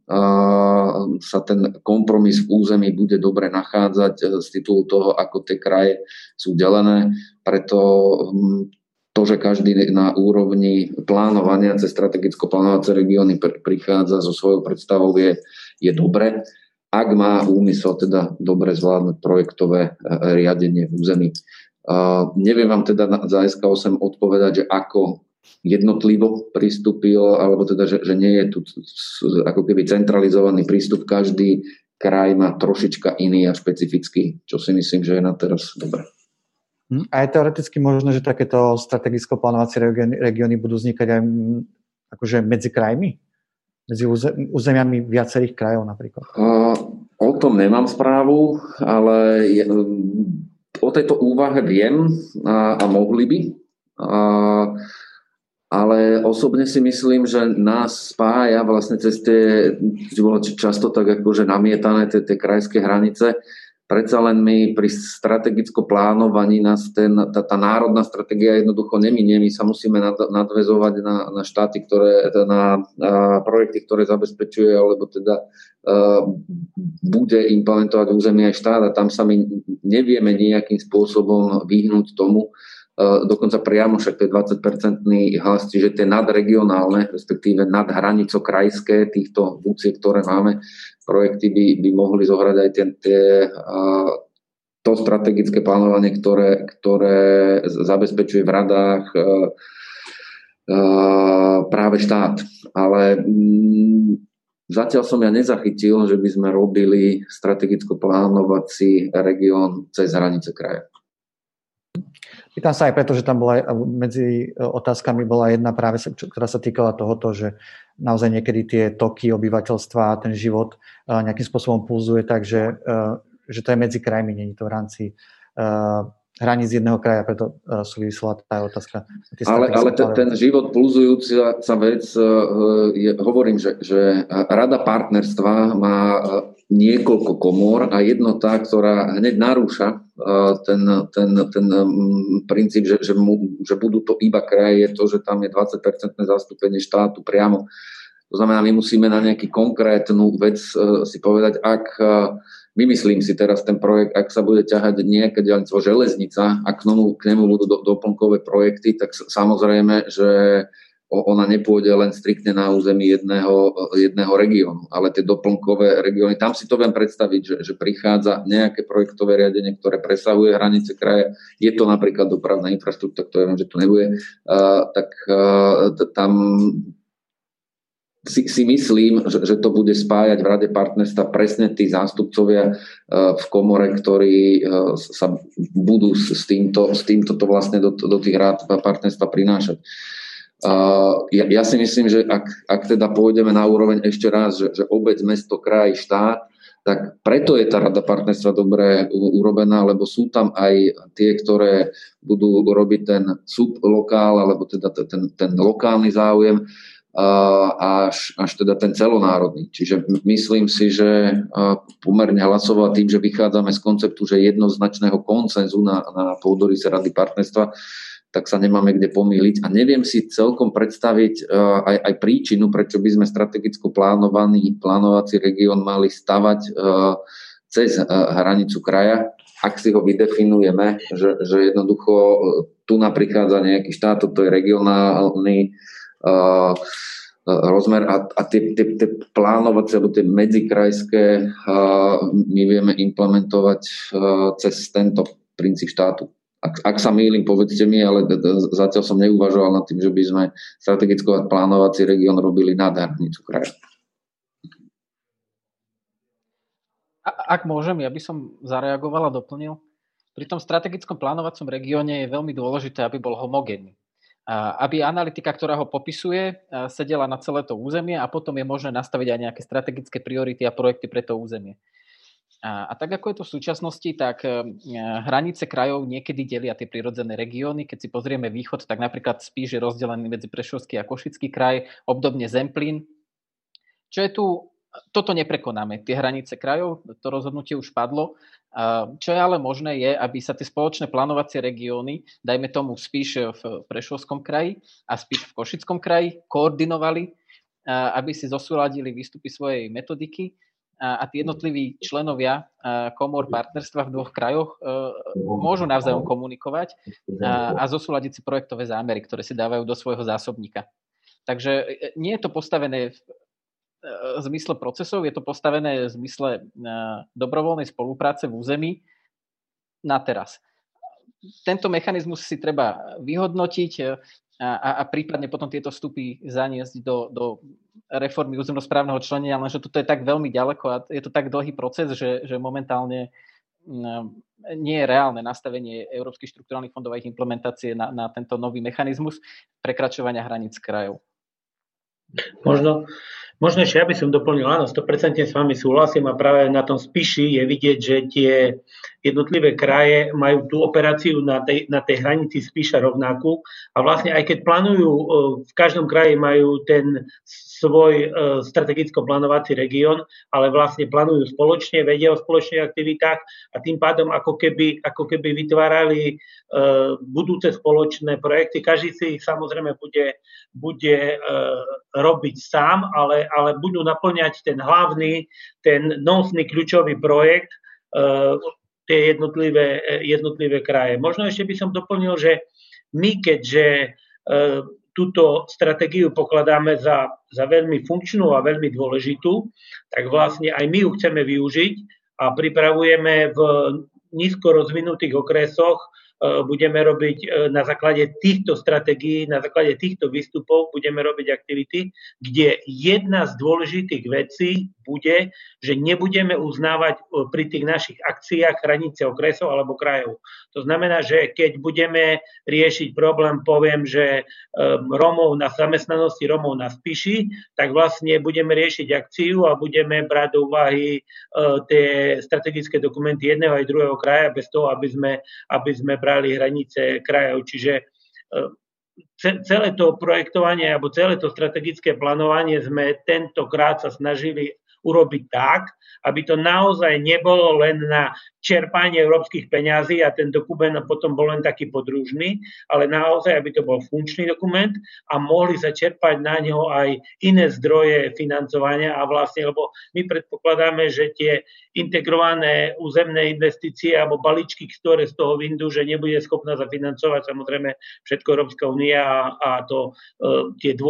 sa ten kompromis v území bude dobre nachádzať z titulu toho, ako tie kraje sú delené. Preto to, že každý na úrovni plánovania cez strategicko-plánovacie regióny prichádza so svojou predstavou je dobre, ak má úmysel teda dobre zvládnuť projektové riadenie v území. Neviem vám teda za SK8 odpovedať, že ako jednotlivo pristúpil, alebo teda, že nie je tu ako keby centralizovaný prístup. Každý kraj má trošička iný a špecifický, čo si myslím, že je na teraz dobré. A je teoreticky možné, že takéto strategicko-plánovacie regióny budú vznikať aj akože medzi krajmi? Medzi územiami viacerých krajov napríklad? O tom nemám správu, ale o tejto úvahe viem a mohli by. Ale osobne si myslím, že nás spája vlastne cez tie, bolo často tak akože namietané tie krajské hranice. Predsa len my pri strategickom plánovaní nás tá národná stratégia jednoducho neminie. My sa musíme nadväzovať na štáty, na projekty, ktoré zabezpečuje, alebo teda bude implementovať územie aj štát a tam sa my nevieme nejakým spôsobom vyhnúť tomu, dokonca priamo, však to je 20% hlas, čiže tie nadregionálne, respektíve nad hranicou krajské týchto vúciek, ktoré máme, projekty by mohli zohrať aj to strategické plánovanie, ktoré zabezpečuje v radách práve štát. Ale zatiaľ som ja nezachytil, že by sme robili strategicko-plánovací región cez hranice kraja. Pýtam sa aj preto, že tam bola medzi otázkami bola jedna práve, ktorá sa týkala tohoto, že naozaj niekedy tie toky obyvateľstva a ten život nejakým spôsobom pulzuje, takže že to je medzi krajmi, nie je to v rámci hraníc jedného kraja, preto súvisela tá otázka. Ale ten život pulzujúca vec, hovorím, že Rada partnerstva má niekoľko komôr a jednota, ktorá hneď narúša ten princíp, že budú to iba kraje, je to, že tam je 20% zastúpenie štátu priamo. To znamená, my musíme na nejaký konkrétnu vec si povedať, ak vymyslím si teraz ten projekt, ak sa bude ťahať nejaká diaľnica železnica a k nemu budú doplnkové projekty, tak samozrejme, že ona nepôjde len striktne na území jedného regiónu, ale tie doplnkové regióny, tam si to viem predstaviť, že prichádza nejaké projektové riadenie, ktoré presahuje hranice kraja, je to napríklad dopravná infraštruktúra, to ja viem, že to nebude, tak tam si myslím, že to bude spájať v Rade partnerstva presne tí zástupcovia v komore, ktorí sa budú s týmto to vlastne do tých rád partnerstva prinášať. Ja si myslím, že ak teda pôjdeme na úroveň ešte raz, že obec, mesto, kraj, štát, tak preto je tá Rada partnerstva dobre urobená, lebo sú tam aj tie, ktoré budú robiť ten sublokál, alebo teda ten lokálny záujem, až teda ten celonárodný. Čiže myslím si, že pomerne hlasovo tým, že vychádzame z konceptu, že jednoznačného konsenzu na pôdoryse Rady partnerstva, tak sa nemáme kde pomýliť. A neviem si celkom predstaviť aj príčinu, prečo by sme strategicko plánovací región mali stavať cez hranicu kraja, ak si ho vydefinujeme, že jednoducho tu prichádza nejaký štát, to je regionálny rozmer a tie plánovacie alebo tie medzikrajské my vieme implementovať cez tento princíp štátu. Ak sa mýlim, povedzte mi, ale zatiaľ som neuvažoval nad tým, že by sme strategicko plánovací región robili nad hranicu kraja. Ak môžem, ja by som zareagoval a doplnil. Pri tom strategickom plánovacom regióne je veľmi dôležité, aby bol homogénny. Aby analytika, ktorá ho popisuje, sedela na celé to územie a potom je možné nastaviť aj nejaké strategické priority a projekty pre to územie. A tak ako je to v súčasnosti, tak hranice krajov niekedy delia tie prirodzené regióny. Keď si pozrieme východ, tak napríklad Spiš je rozdelený medzi Prešovský a Košický kraj, obdobne Zemplín. Čo je tu, toto neprekonáme, tie hranice krajov, to rozhodnutie už padlo. Čo je ale možné je, aby sa tie spoločné plánovacie regióny, dajme tomu Spiš v Prešovskom kraji a Spiš v Košickom kraji, koordinovali, aby si zosúladili výstupy svojej metodiky a tí jednotliví členovia komôr partnerstva v dvoch krajoch môžu navzájom komunikovať a zosúladiť si projektové zámery, ktoré si dávajú do svojho zásobníka. Takže nie je to postavené v zmysle procesov, je to postavené v zmysle dobrovoľnej spolupráce v území na teraz. Tento mechanizmus si treba vyhodnotiť a prípadne potom tieto vstupy zaniesť do reformy územnosprávneho členia, lenže toto je tak veľmi ďaleko a je to tak dlhý proces, že momentálne nie je reálne nastavenie európskych štrukturálnych fondov a ich implementácie na tento nový mechanizmus prekračovania hraníc krajov. Možno ešte ja by som doplnil, áno, 100% s vami súhlasím a práve na tom Spiši je vidieť, že tie jednotlivé kraje majú tú operáciu na tej hranici Spiša rovnakú a vlastne aj keď plánujú, v každom kraji majú ten svoj strategicko-plánovací región, ale vlastne plánujú spoločne, vedia o spoločných aktivitách a tým pádom ako keby vytvárali budúce spoločné projekty. Každý si ich samozrejme bude robiť sám, ale budú naplňať ten hlavný, ten nosný kľúčový projekt tie jednotlivé kraje. Možno ešte by som doplnil, že my keďže túto stratégiu pokladáme za veľmi funkčnú a veľmi dôležitú, tak vlastne aj my ju chceme využiť a pripravujeme v nízko rozvinutých okresoch, budeme robiť na základe týchto stratégií, na základe týchto výstupov budeme robiť aktivity, kde jedna z dôležitých vecí bude, že nebudeme uznávať pri tých našich akciách hranice okresov alebo krajov. To znamená, že keď budeme riešiť problém, poviem, že Rómov na zamestnanosti, Rómov na Spiši, tak vlastne budeme riešiť akciu a budeme brať do úvahy tie strategické dokumenty jedného aj druhého kraja bez toho, aby sme brali hranice krajov. Čiže celé to projektovanie alebo celé to strategické plánovanie sme tentokrát sa snažili urobiť tak, aby to naozaj nebolo len na čerpanie európskych peňazí a ten dokument potom bol len taký podružný, ale naozaj, aby to bol funkčný dokument a mohli sa čerpať na ňo aj iné zdroje financovania a vlastne, lebo my predpokladáme, že tie integrované územné investície alebo balíčky, ktoré z toho vyjdú, že nebude schopná zafinancovať samozrejme všetko Európska únia a to tie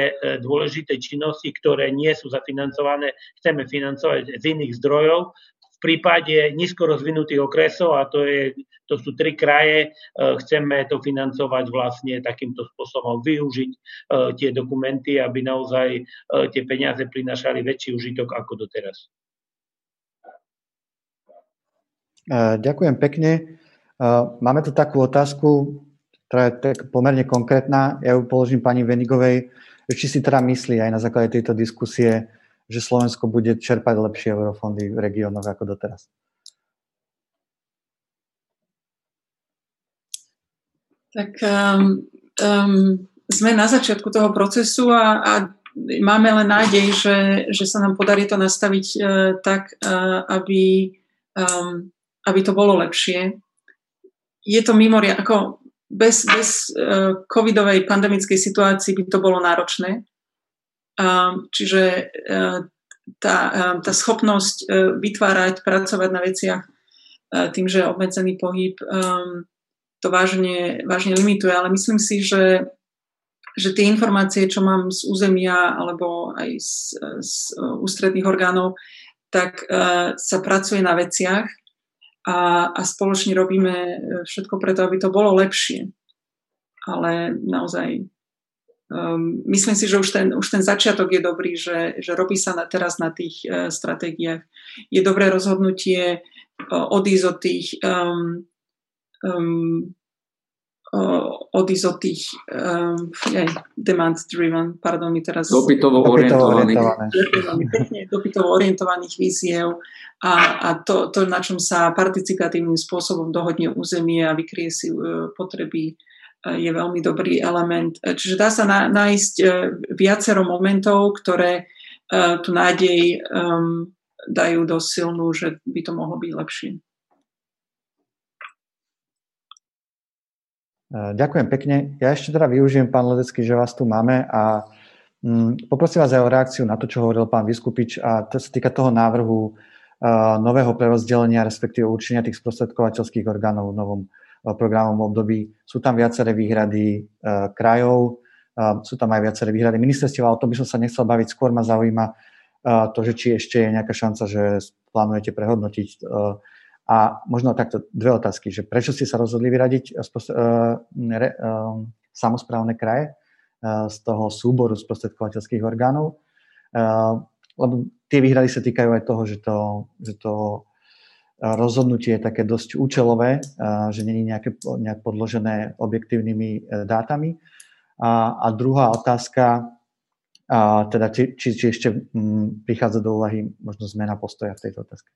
dôležité činnosti, ktoré nie sú zafinancované, chceme financovať z iných zdrojov. v prípade nízko rozvinutých okresov, a to sú 3 kraje, chceme to financovať vlastne takýmto spôsobom, využiť tie dokumenty, aby naozaj tie peniaze prinášali väčší užitok ako doteraz. Ďakujem pekne. Máme tu takú otázku, ktorá je pomerne konkrétna. Ja ju položím pani Wenigovej. Či si teda myslí aj na základe tejto diskusie, že Slovensko bude čerpať lepšie eurofondy v regiónoch ako doteraz? Tak sme na začiatku toho procesu a máme len nádej, že sa nám podarí to nastaviť tak, aby to bolo lepšie. Je to mimoriadne, ako bez covidovej pandemickej situácii by to bolo náročné. Čiže tá schopnosť vytvárať, pracovať na veciach tým, že je obmedzený pohyb, to vážne limituje. Ale myslím si, že tie informácie, čo mám z územia alebo aj z ústredných orgánov, tak sa pracuje na veciach a spoločne robíme všetko preto, aby to bolo lepšie. Ale naozaj myslím si, že už ten začiatok je dobrý, že robí sa teraz na tých stratégiách. Je dobré rozhodnutie odísť od tých demand driven, pardon, mi teraz dopytovo orientovaných víziev a to, na čom sa participatívnym spôsobom dohodne územie a vykrie si potreby, je veľmi dobrý element. Čiže dá sa nájsť viacero momentov, ktoré tú nádej dajú dosť silnú, že by to mohlo byť lepšie. Ďakujem pekne. Ja ešte teda využijem, pán Ledecký, že vás tu máme a poprosím vás aj o reakciu na to, čo hovoril pán Viskupič, a to sa týka toho návrhu nového prerozdelenia, respektíve určenia tých sprostredkovateľských orgánov v novom programovom období. Sú tam viaceré výhrady krajov, sú tam aj viaceré výhrady ministerstiev, ale o tom by som sa nechcel baviť. Skôr ma zaujíma to, že či ešte je nejaká šanca, že plánujete prehodnotiť. A možno takto dve otázky, že prečo ste sa rozhodli vyradiť samosprávne kraje z toho súboru sprostredkovateľských orgánov, lebo tie výhrady sa týkajú aj toho, že to rozhodnutie je také dosť účelové, že nie je nejak podložené objektívnymi dátami. A druhá otázka, teda či ešte prichádza do úvahy možno zmena postoja v tejto otázke.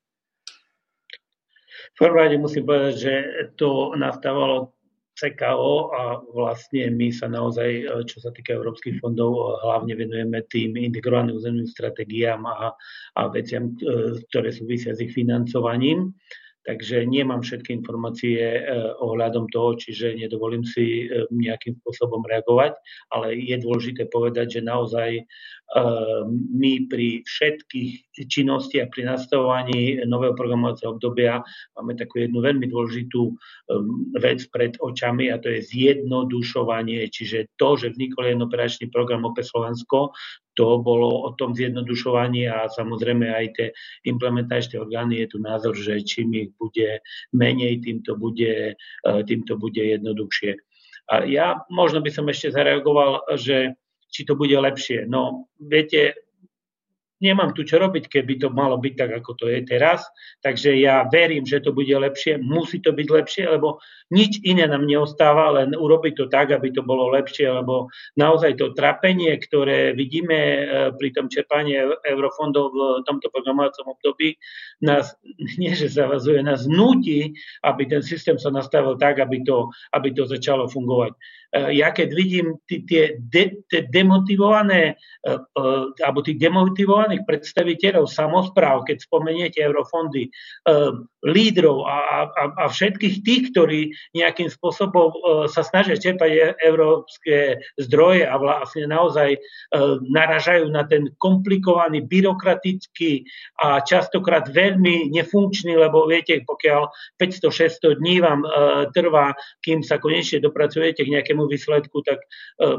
V prvom rade musím povedať, že to nastávalo CKO a vlastne my sa naozaj, čo sa týka európskych fondov, hlavne venujeme tým integrovaným územným stratégiám a veciam, ktoré súvisia s ich financovaním. Takže nemám všetky informácie ohľadom toho, čiže nedovolím si nejakým spôsobom reagovať, ale je dôležité povedať, že naozaj my pri všetkých činnostiach, pri nastavovaní nového programovacieho obdobia máme takú jednu veľmi dôležitú vec pred očami, a to je zjednodušovanie. Čiže to, že vznikol jeden operačný program OP Slovensko, to bolo o tom zjednodušovaní a samozrejme aj tie implementačné orgány, je tu názor, že čím ich bude menej, tým to bude jednoduchšie. A ja možno by som ešte zareagoval, že či to bude lepšie. No, viete, nemám tu čo robiť, keby to malo byť tak, ako to je teraz. Takže ja verím, že to bude lepšie. Musí to byť lepšie, lebo nič iné nám neostáva, len urobiť to tak, aby to bolo lepšie, lebo naozaj to trápenie, ktoré vidíme pri tom čerpaní eurofondov v tomto programovacom období, nás nie že zavazuje, nás núti, aby ten systém sa nastavil tak, aby to začalo fungovať. Ja keď vidím tie demotivované alebo tých demotivovaných predstaviteľov samospráv, keď spomeniete eurofondy, lídrov a všetkých tých, ktorí nejakým spôsobom sa snažia čerpať európske zdroje a vlastne naozaj naražajú na ten komplikovaný, byrokratický a častokrát veľmi nefunkčný, lebo viete, pokiaľ 500-600 dní vám trvá, kým sa konečne dopracujete k nejakému výsledku, tak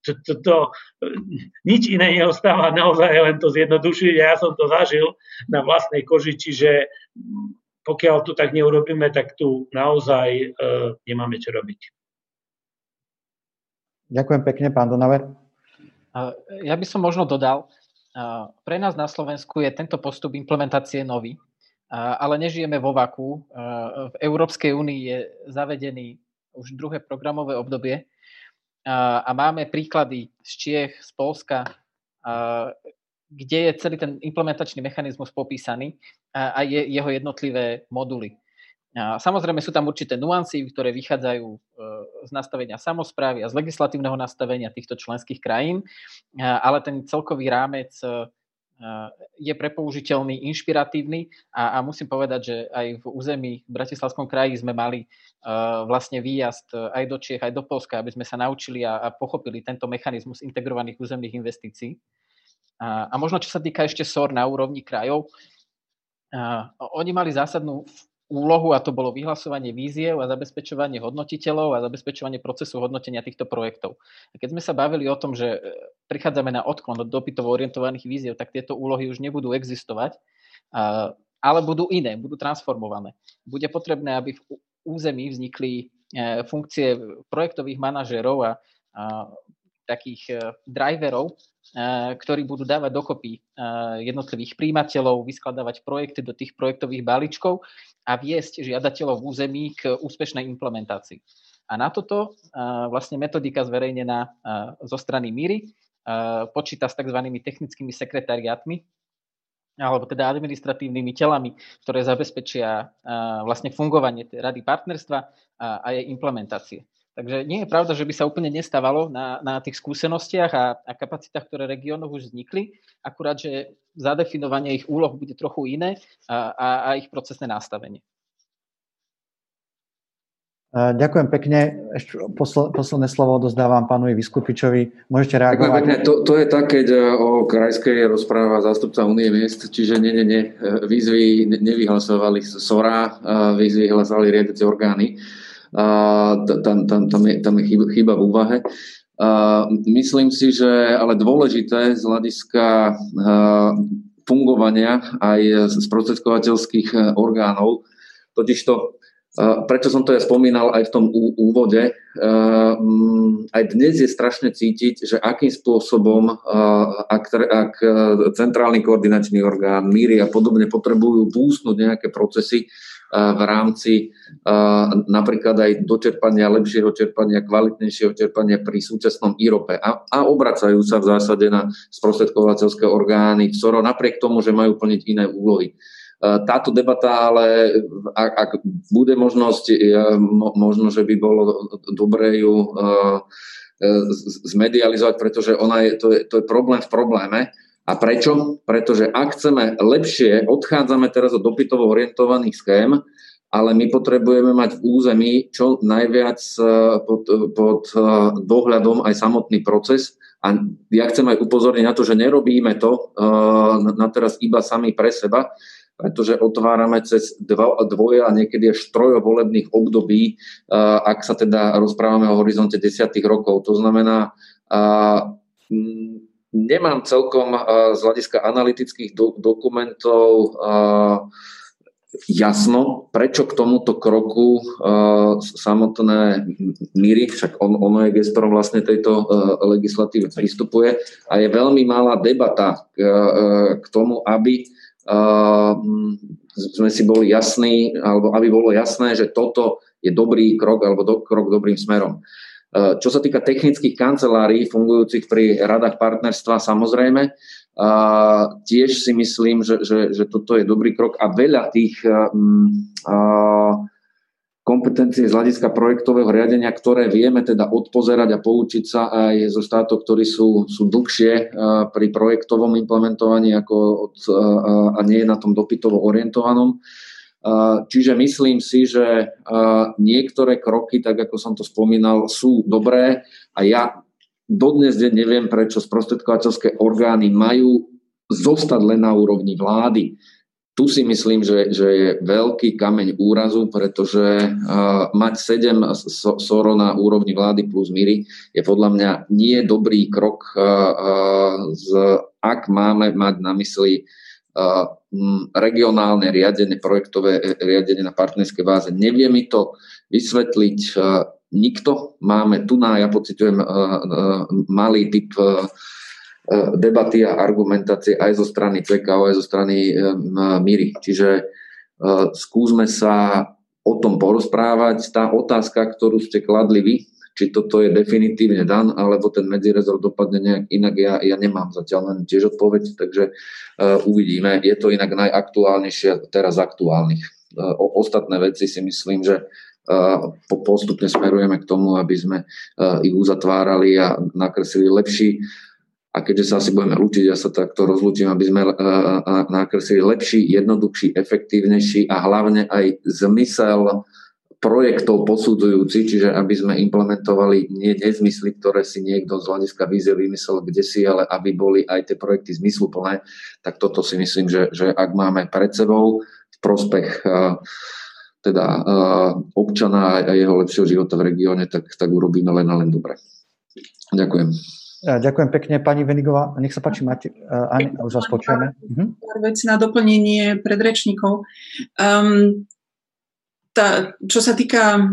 Nič iné neostáva, naozaj len to zjednodušiť. Ja som to zažil na vlastnej koži, čiže pokiaľ tu tak neurobíme, tak tu naozaj nemáme čo robiť. Ďakujem pekne, pán Donaver. Ja by som možno dodal, pre nás na Slovensku je tento postup implementácie nový, ale nežijeme vo vaku. V Európskej únii je zavedený už druhé programové obdobie a máme príklady z Čiech, z Poľska, kde je celý ten implementačný mechanizmus popísaný a jeho jednotlivé moduly. Samozrejme sú tam určité nuancy, ktoré vychádzajú z nastavenia samosprávy a z legislatívneho nastavenia týchto členských krajín, ale ten celkový rámec je prepoužiteľný, inšpiratívny a musím povedať, že aj v území v Bratislavskom kraji sme mali vlastne výjazd aj do Čiech, aj do Poľska, aby sme sa naučili a pochopili tento mechanizmus integrovaných územných investícií. A možno čo sa týka ešte SOR na úrovni krajov, oni mali zásadnú úlohu a to bolo vyhlasovanie víziev a zabezpečovanie hodnotiteľov a zabezpečovanie procesu hodnotenia týchto projektov. A keď sme sa bavili o tom, že prichádzame na odklon od dopytovo orientovaných víziev, tak tieto úlohy už nebudú existovať, ale budú iné, budú transformované. Bude potrebné, aby v území vznikli funkcie projektových manažérov a takých driverov, ktorí budú dávať dokopy jednotlivých príjimateľov, vyskladávať projekty do tých projektových balíčkov a viesť žiadateľov v území k úspešnej implementácii. A na toto vlastne metodika zverejnená zo strany MIRI počíta s tzv. Technickými sekretariátmi, alebo teda administratívnymi telami, ktoré zabezpečia vlastne fungovanie tej rady partnerstva a jej implementácie. Takže nie je pravda, že by sa úplne nestávalo na tých skúsenostiach a kapacitách, ktoré v regiónoch už vznikli, akurát, že zadefinovanie ich úloh bude trochu iné a ich procesné nastavenie. Ďakujem pekne. Ešte posledné slovo odozdávam pánovi Viskupičovi. Môžete reagovať? Pekne. To je tak, keď o krajskej rozpráva zástupca Unie miest, čiže nie. Výzvy nevyhlasovali SORA, výzvy hlasovali riadiace orgány. Tam je chyba v úvahe. Myslím si, že ale dôležité z hľadiska fungovania aj sprostredkovateľských orgánov, totižto prečo som to ja spomínal aj v tom úvode, aj dnes je strašne cítiť, že akým spôsobom, ak centrálny koordinačný orgán, MIRI a podobne potrebujú boostnúť nejaké procesy v rámci napríklad aj dočerpania, lepšieho čerpania, kvalitnejšieho čerpania pri súčasnom IROPE a obracajú sa v zásade na sprostredkovateľské orgány v SORO, napriek tomu, že majú plniť iné úlohy. Táto debata, ale ak bude možnosť, možno, že by bolo dobre ju zmedializovať, pretože to je problém v probléme. A prečo? Pretože ak chceme lepšie, odchádzame teraz od dopytovo orientovaných schém, ale my potrebujeme mať v území čo najviac pod dohľadom aj samotný proces. A ja chcem aj upozorniť na to, že nerobíme to na teraz iba sami pre seba, pretože otvárame cez dvoje a niekedy až trojovolebných období, ak sa teda rozprávame o horizonte 10 rokov. To znamená, nemám celkom z hľadiska analytických dokumentov jasno, prečo k tomuto kroku samotné MIRI, však ono je gestorom vlastne tejto legislatívy, pristupuje a je veľmi malá debata k tomu, aby sme si boli jasní, alebo aby bolo jasné, že toto je dobrý krok alebo krok dobrým smerom. Čo sa týka technických kancelárií fungujúcich pri radách partnerstva, samozrejme, tiež si myslím, že toto je dobrý krok a veľa tých kompetencií z hľadiska projektového riadenia, ktoré vieme teda odpozerať a poučiť sa aj zo štátov, ktorí sú dlhšie pri projektovom implementovaní a nie na tom dopytovo orientovanom. Čiže myslím si, že niektoré kroky, tak ako som to spomínal, sú dobré a ja dodnes neviem, prečo sprostredkovateľské orgány majú zostať len na úrovni vlády. tu si myslím, že je veľký kameň úrazu, pretože mať 7 SORO na úrovni vlády plus míry je podľa mňa nie dobrý krok, ak máme mať na mysli regionálne riadenie, projektové riadenie na partnerskej báze. Nevie mi to vysvetliť nikto. Máme tu ja pociťujem malý typ debaty a argumentácie aj zo strany PKO, aj zo strany míry. Čiže skúsme sa o tom porozprávať. Tá otázka, ktorú ste kladli vy, či toto je definitívne dan, alebo ten medzirezort dopadne nejak inak, ja nemám zatiaľ len tiež odpoveď, takže uvidíme. Je to inak najaktuálnejšie teraz aktuálnych. Ostatné veci si myslím, že postupne smerujeme k tomu, aby sme ich uzatvárali a nakreslili lepší. A keďže sa asi budeme lúčiť, ja sa takto rozlúčim, aby sme nakreslili lepší, jednoduchší, efektívnejší a hlavne aj zmysel projektov posudzujúci, čiže aby sme implementovali nie nezmysly, ktoré si niekto z hľadiska vízie vymyslel kdesi, ale aby boli aj tie projekty zmysluplné, tak toto si myslím, že ak máme pred sebou v prospech občana a jeho lepšieho života v regióne, tak urobíme len dobre. Ďakujem. Ďakujem pekne, pani Wenigová. Nech sa páči, máte, už vás počujeme. Veci na doplnenie predrečníkov. Čo sa týka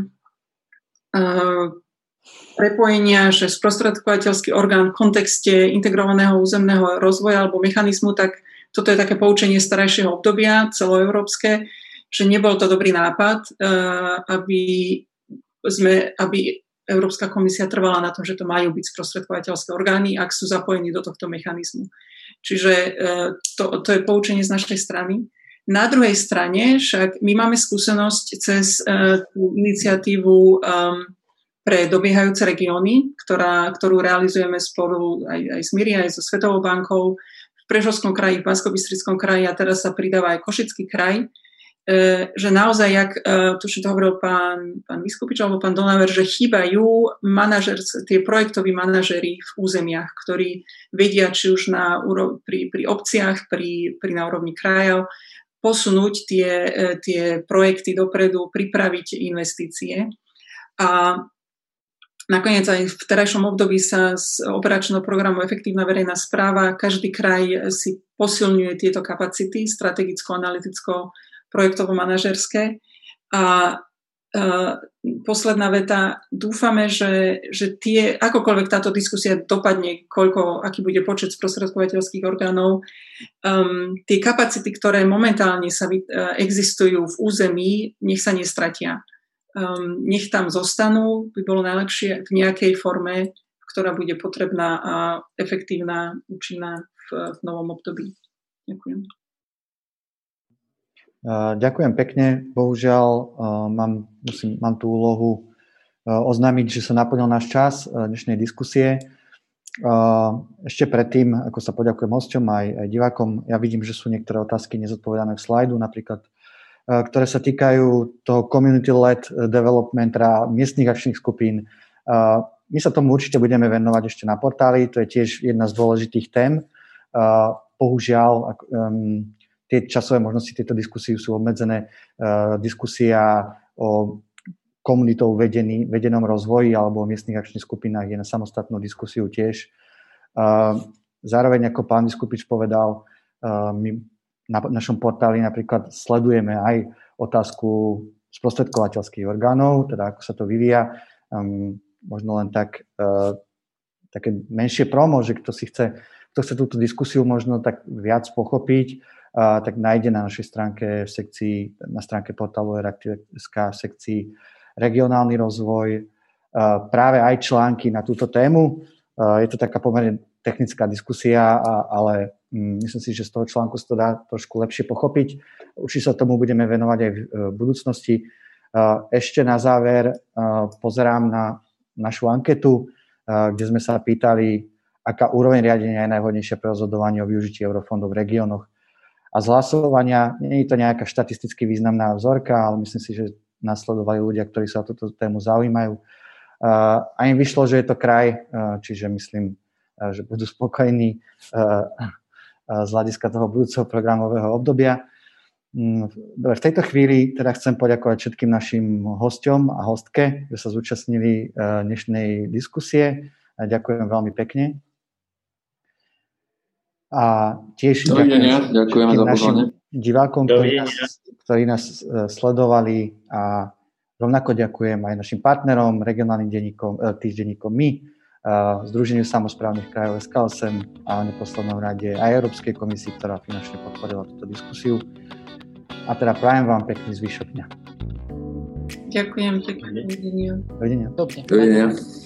prepojenia, že sprostredkovateľský orgán v kontexte integrovaného územného rozvoja alebo mechanizmu, tak toto je také poučenie starejšieho obdobia, celoeurópske, že nebol to dobrý nápad, aby Európska komisia trvala na tom, že to majú byť sprostredkovateľské orgány, ak sú zapojení do tohto mechanizmu. Čiže to je poučenie z našej strany. Na druhej strane však my máme skúsenosť cez tú iniciatívu pre dobiehajúce regióny, ktorú realizujeme spolu aj s MIRI, aj so Svetovou bankou v Prešovskom kraji, v Banskobystrickom kraji a teraz sa pridáva aj Košický kraj, že naozaj, jak tuším to hovoril pán Vyskupič alebo pán Donaver, že chýbajú tie projektoví manažeri v územiach, ktorí vedia, či už pri obciach, na úrovni krajov, posunúť tie projekty dopredu, pripraviť investície. A nakoniec aj v terajšom období sa z operačného programu Efektívna verejná správa každý kraj si posilňuje tieto kapacity strategicko-analyticko projektovo-manažerské. A posledná veta, dúfame, že akokoľvek táto diskusia dopadne, aký bude počet sprostredkovateľských orgánov, tie kapacity, ktoré momentálne existujú v území, nech sa nestratia. Nech tam zostanú, by bolo najlepšie v nejakej forme, ktorá bude potrebná a efektívna, účinná v novom období. Ďakujem. Ďakujem pekne. Bohužiaľ mám tú úlohu oznámiť, že sa naplnil náš čas dnešnej diskusie. Ešte predtým, ako sa poďakujem hosťom aj divákom, ja vidím, že sú niektoré otázky nezodpovedané v slajdu, napríklad, ktoré sa týkajú toho community-led development, teda miestnych akčných skupín. My sa tomu určite budeme venovať ešte na portáli, to je tiež jedna z dôležitých tém. Bohužiaľ, tie časové možnosti tejto diskusie sú obmedzené. Diskusia o komunitou vedenom rozvoji alebo o miestnych akčných skupinách je na samostatnú diskusiu tiež. Zároveň, ako pán Vyskupič povedal, my na našom portáli napríklad sledujeme aj otázku sprostredkovateľských orgánov, teda ako sa to vyvíja. Možno len také menšie promo, že kto chce túto diskusiu možno tak viac pochopiť, tak nájde na našej stránke na stránke portálu Eraktiv.sk v sekcii regionálny rozvoj práve aj články na túto tému. Je to taká pomerne technická diskusia, ale myslím si, že z toho článku sa to dá trošku lepšie pochopiť. Určite sa tomu budeme venovať aj v budúcnosti. Ešte na záver pozerám na našu anketu, kde sme sa pýtali, aká úroveň riadenia je najvhodnejšia pre rozhodovanie o využití eurofondov v regiónoch. A z hlasovania, nie je to nejaká štatisticky významná vzorka, ale myslím si, že nasledovali ľudia, ktorí sa o túto tému zaujímajú. A im vyšlo, že je to kraj, čiže myslím, že budú spokojní z hľadiska toho budúceho programového obdobia. Dobre, v tejto chvíli teda chcem poďakovať všetkým našim hosťom a hostke, že sa zúčastnili dnešnej diskusie. Ďakujem veľmi pekne. A tiež ďakujem našim divákom, ktorí nás sledovali, a rovnako ďakujem aj našim partnerom, regionálnym denníkom, týždenníkom MY, Združeniu samosprávnych krajov SK8 a v neposlednom rade aj Európskej komisii, ktorá finančne podporila túto diskusiu. A teda prajem vám pekný zvyšok dňa. Ďakujem pekne. Dovidenia. Dovidenia.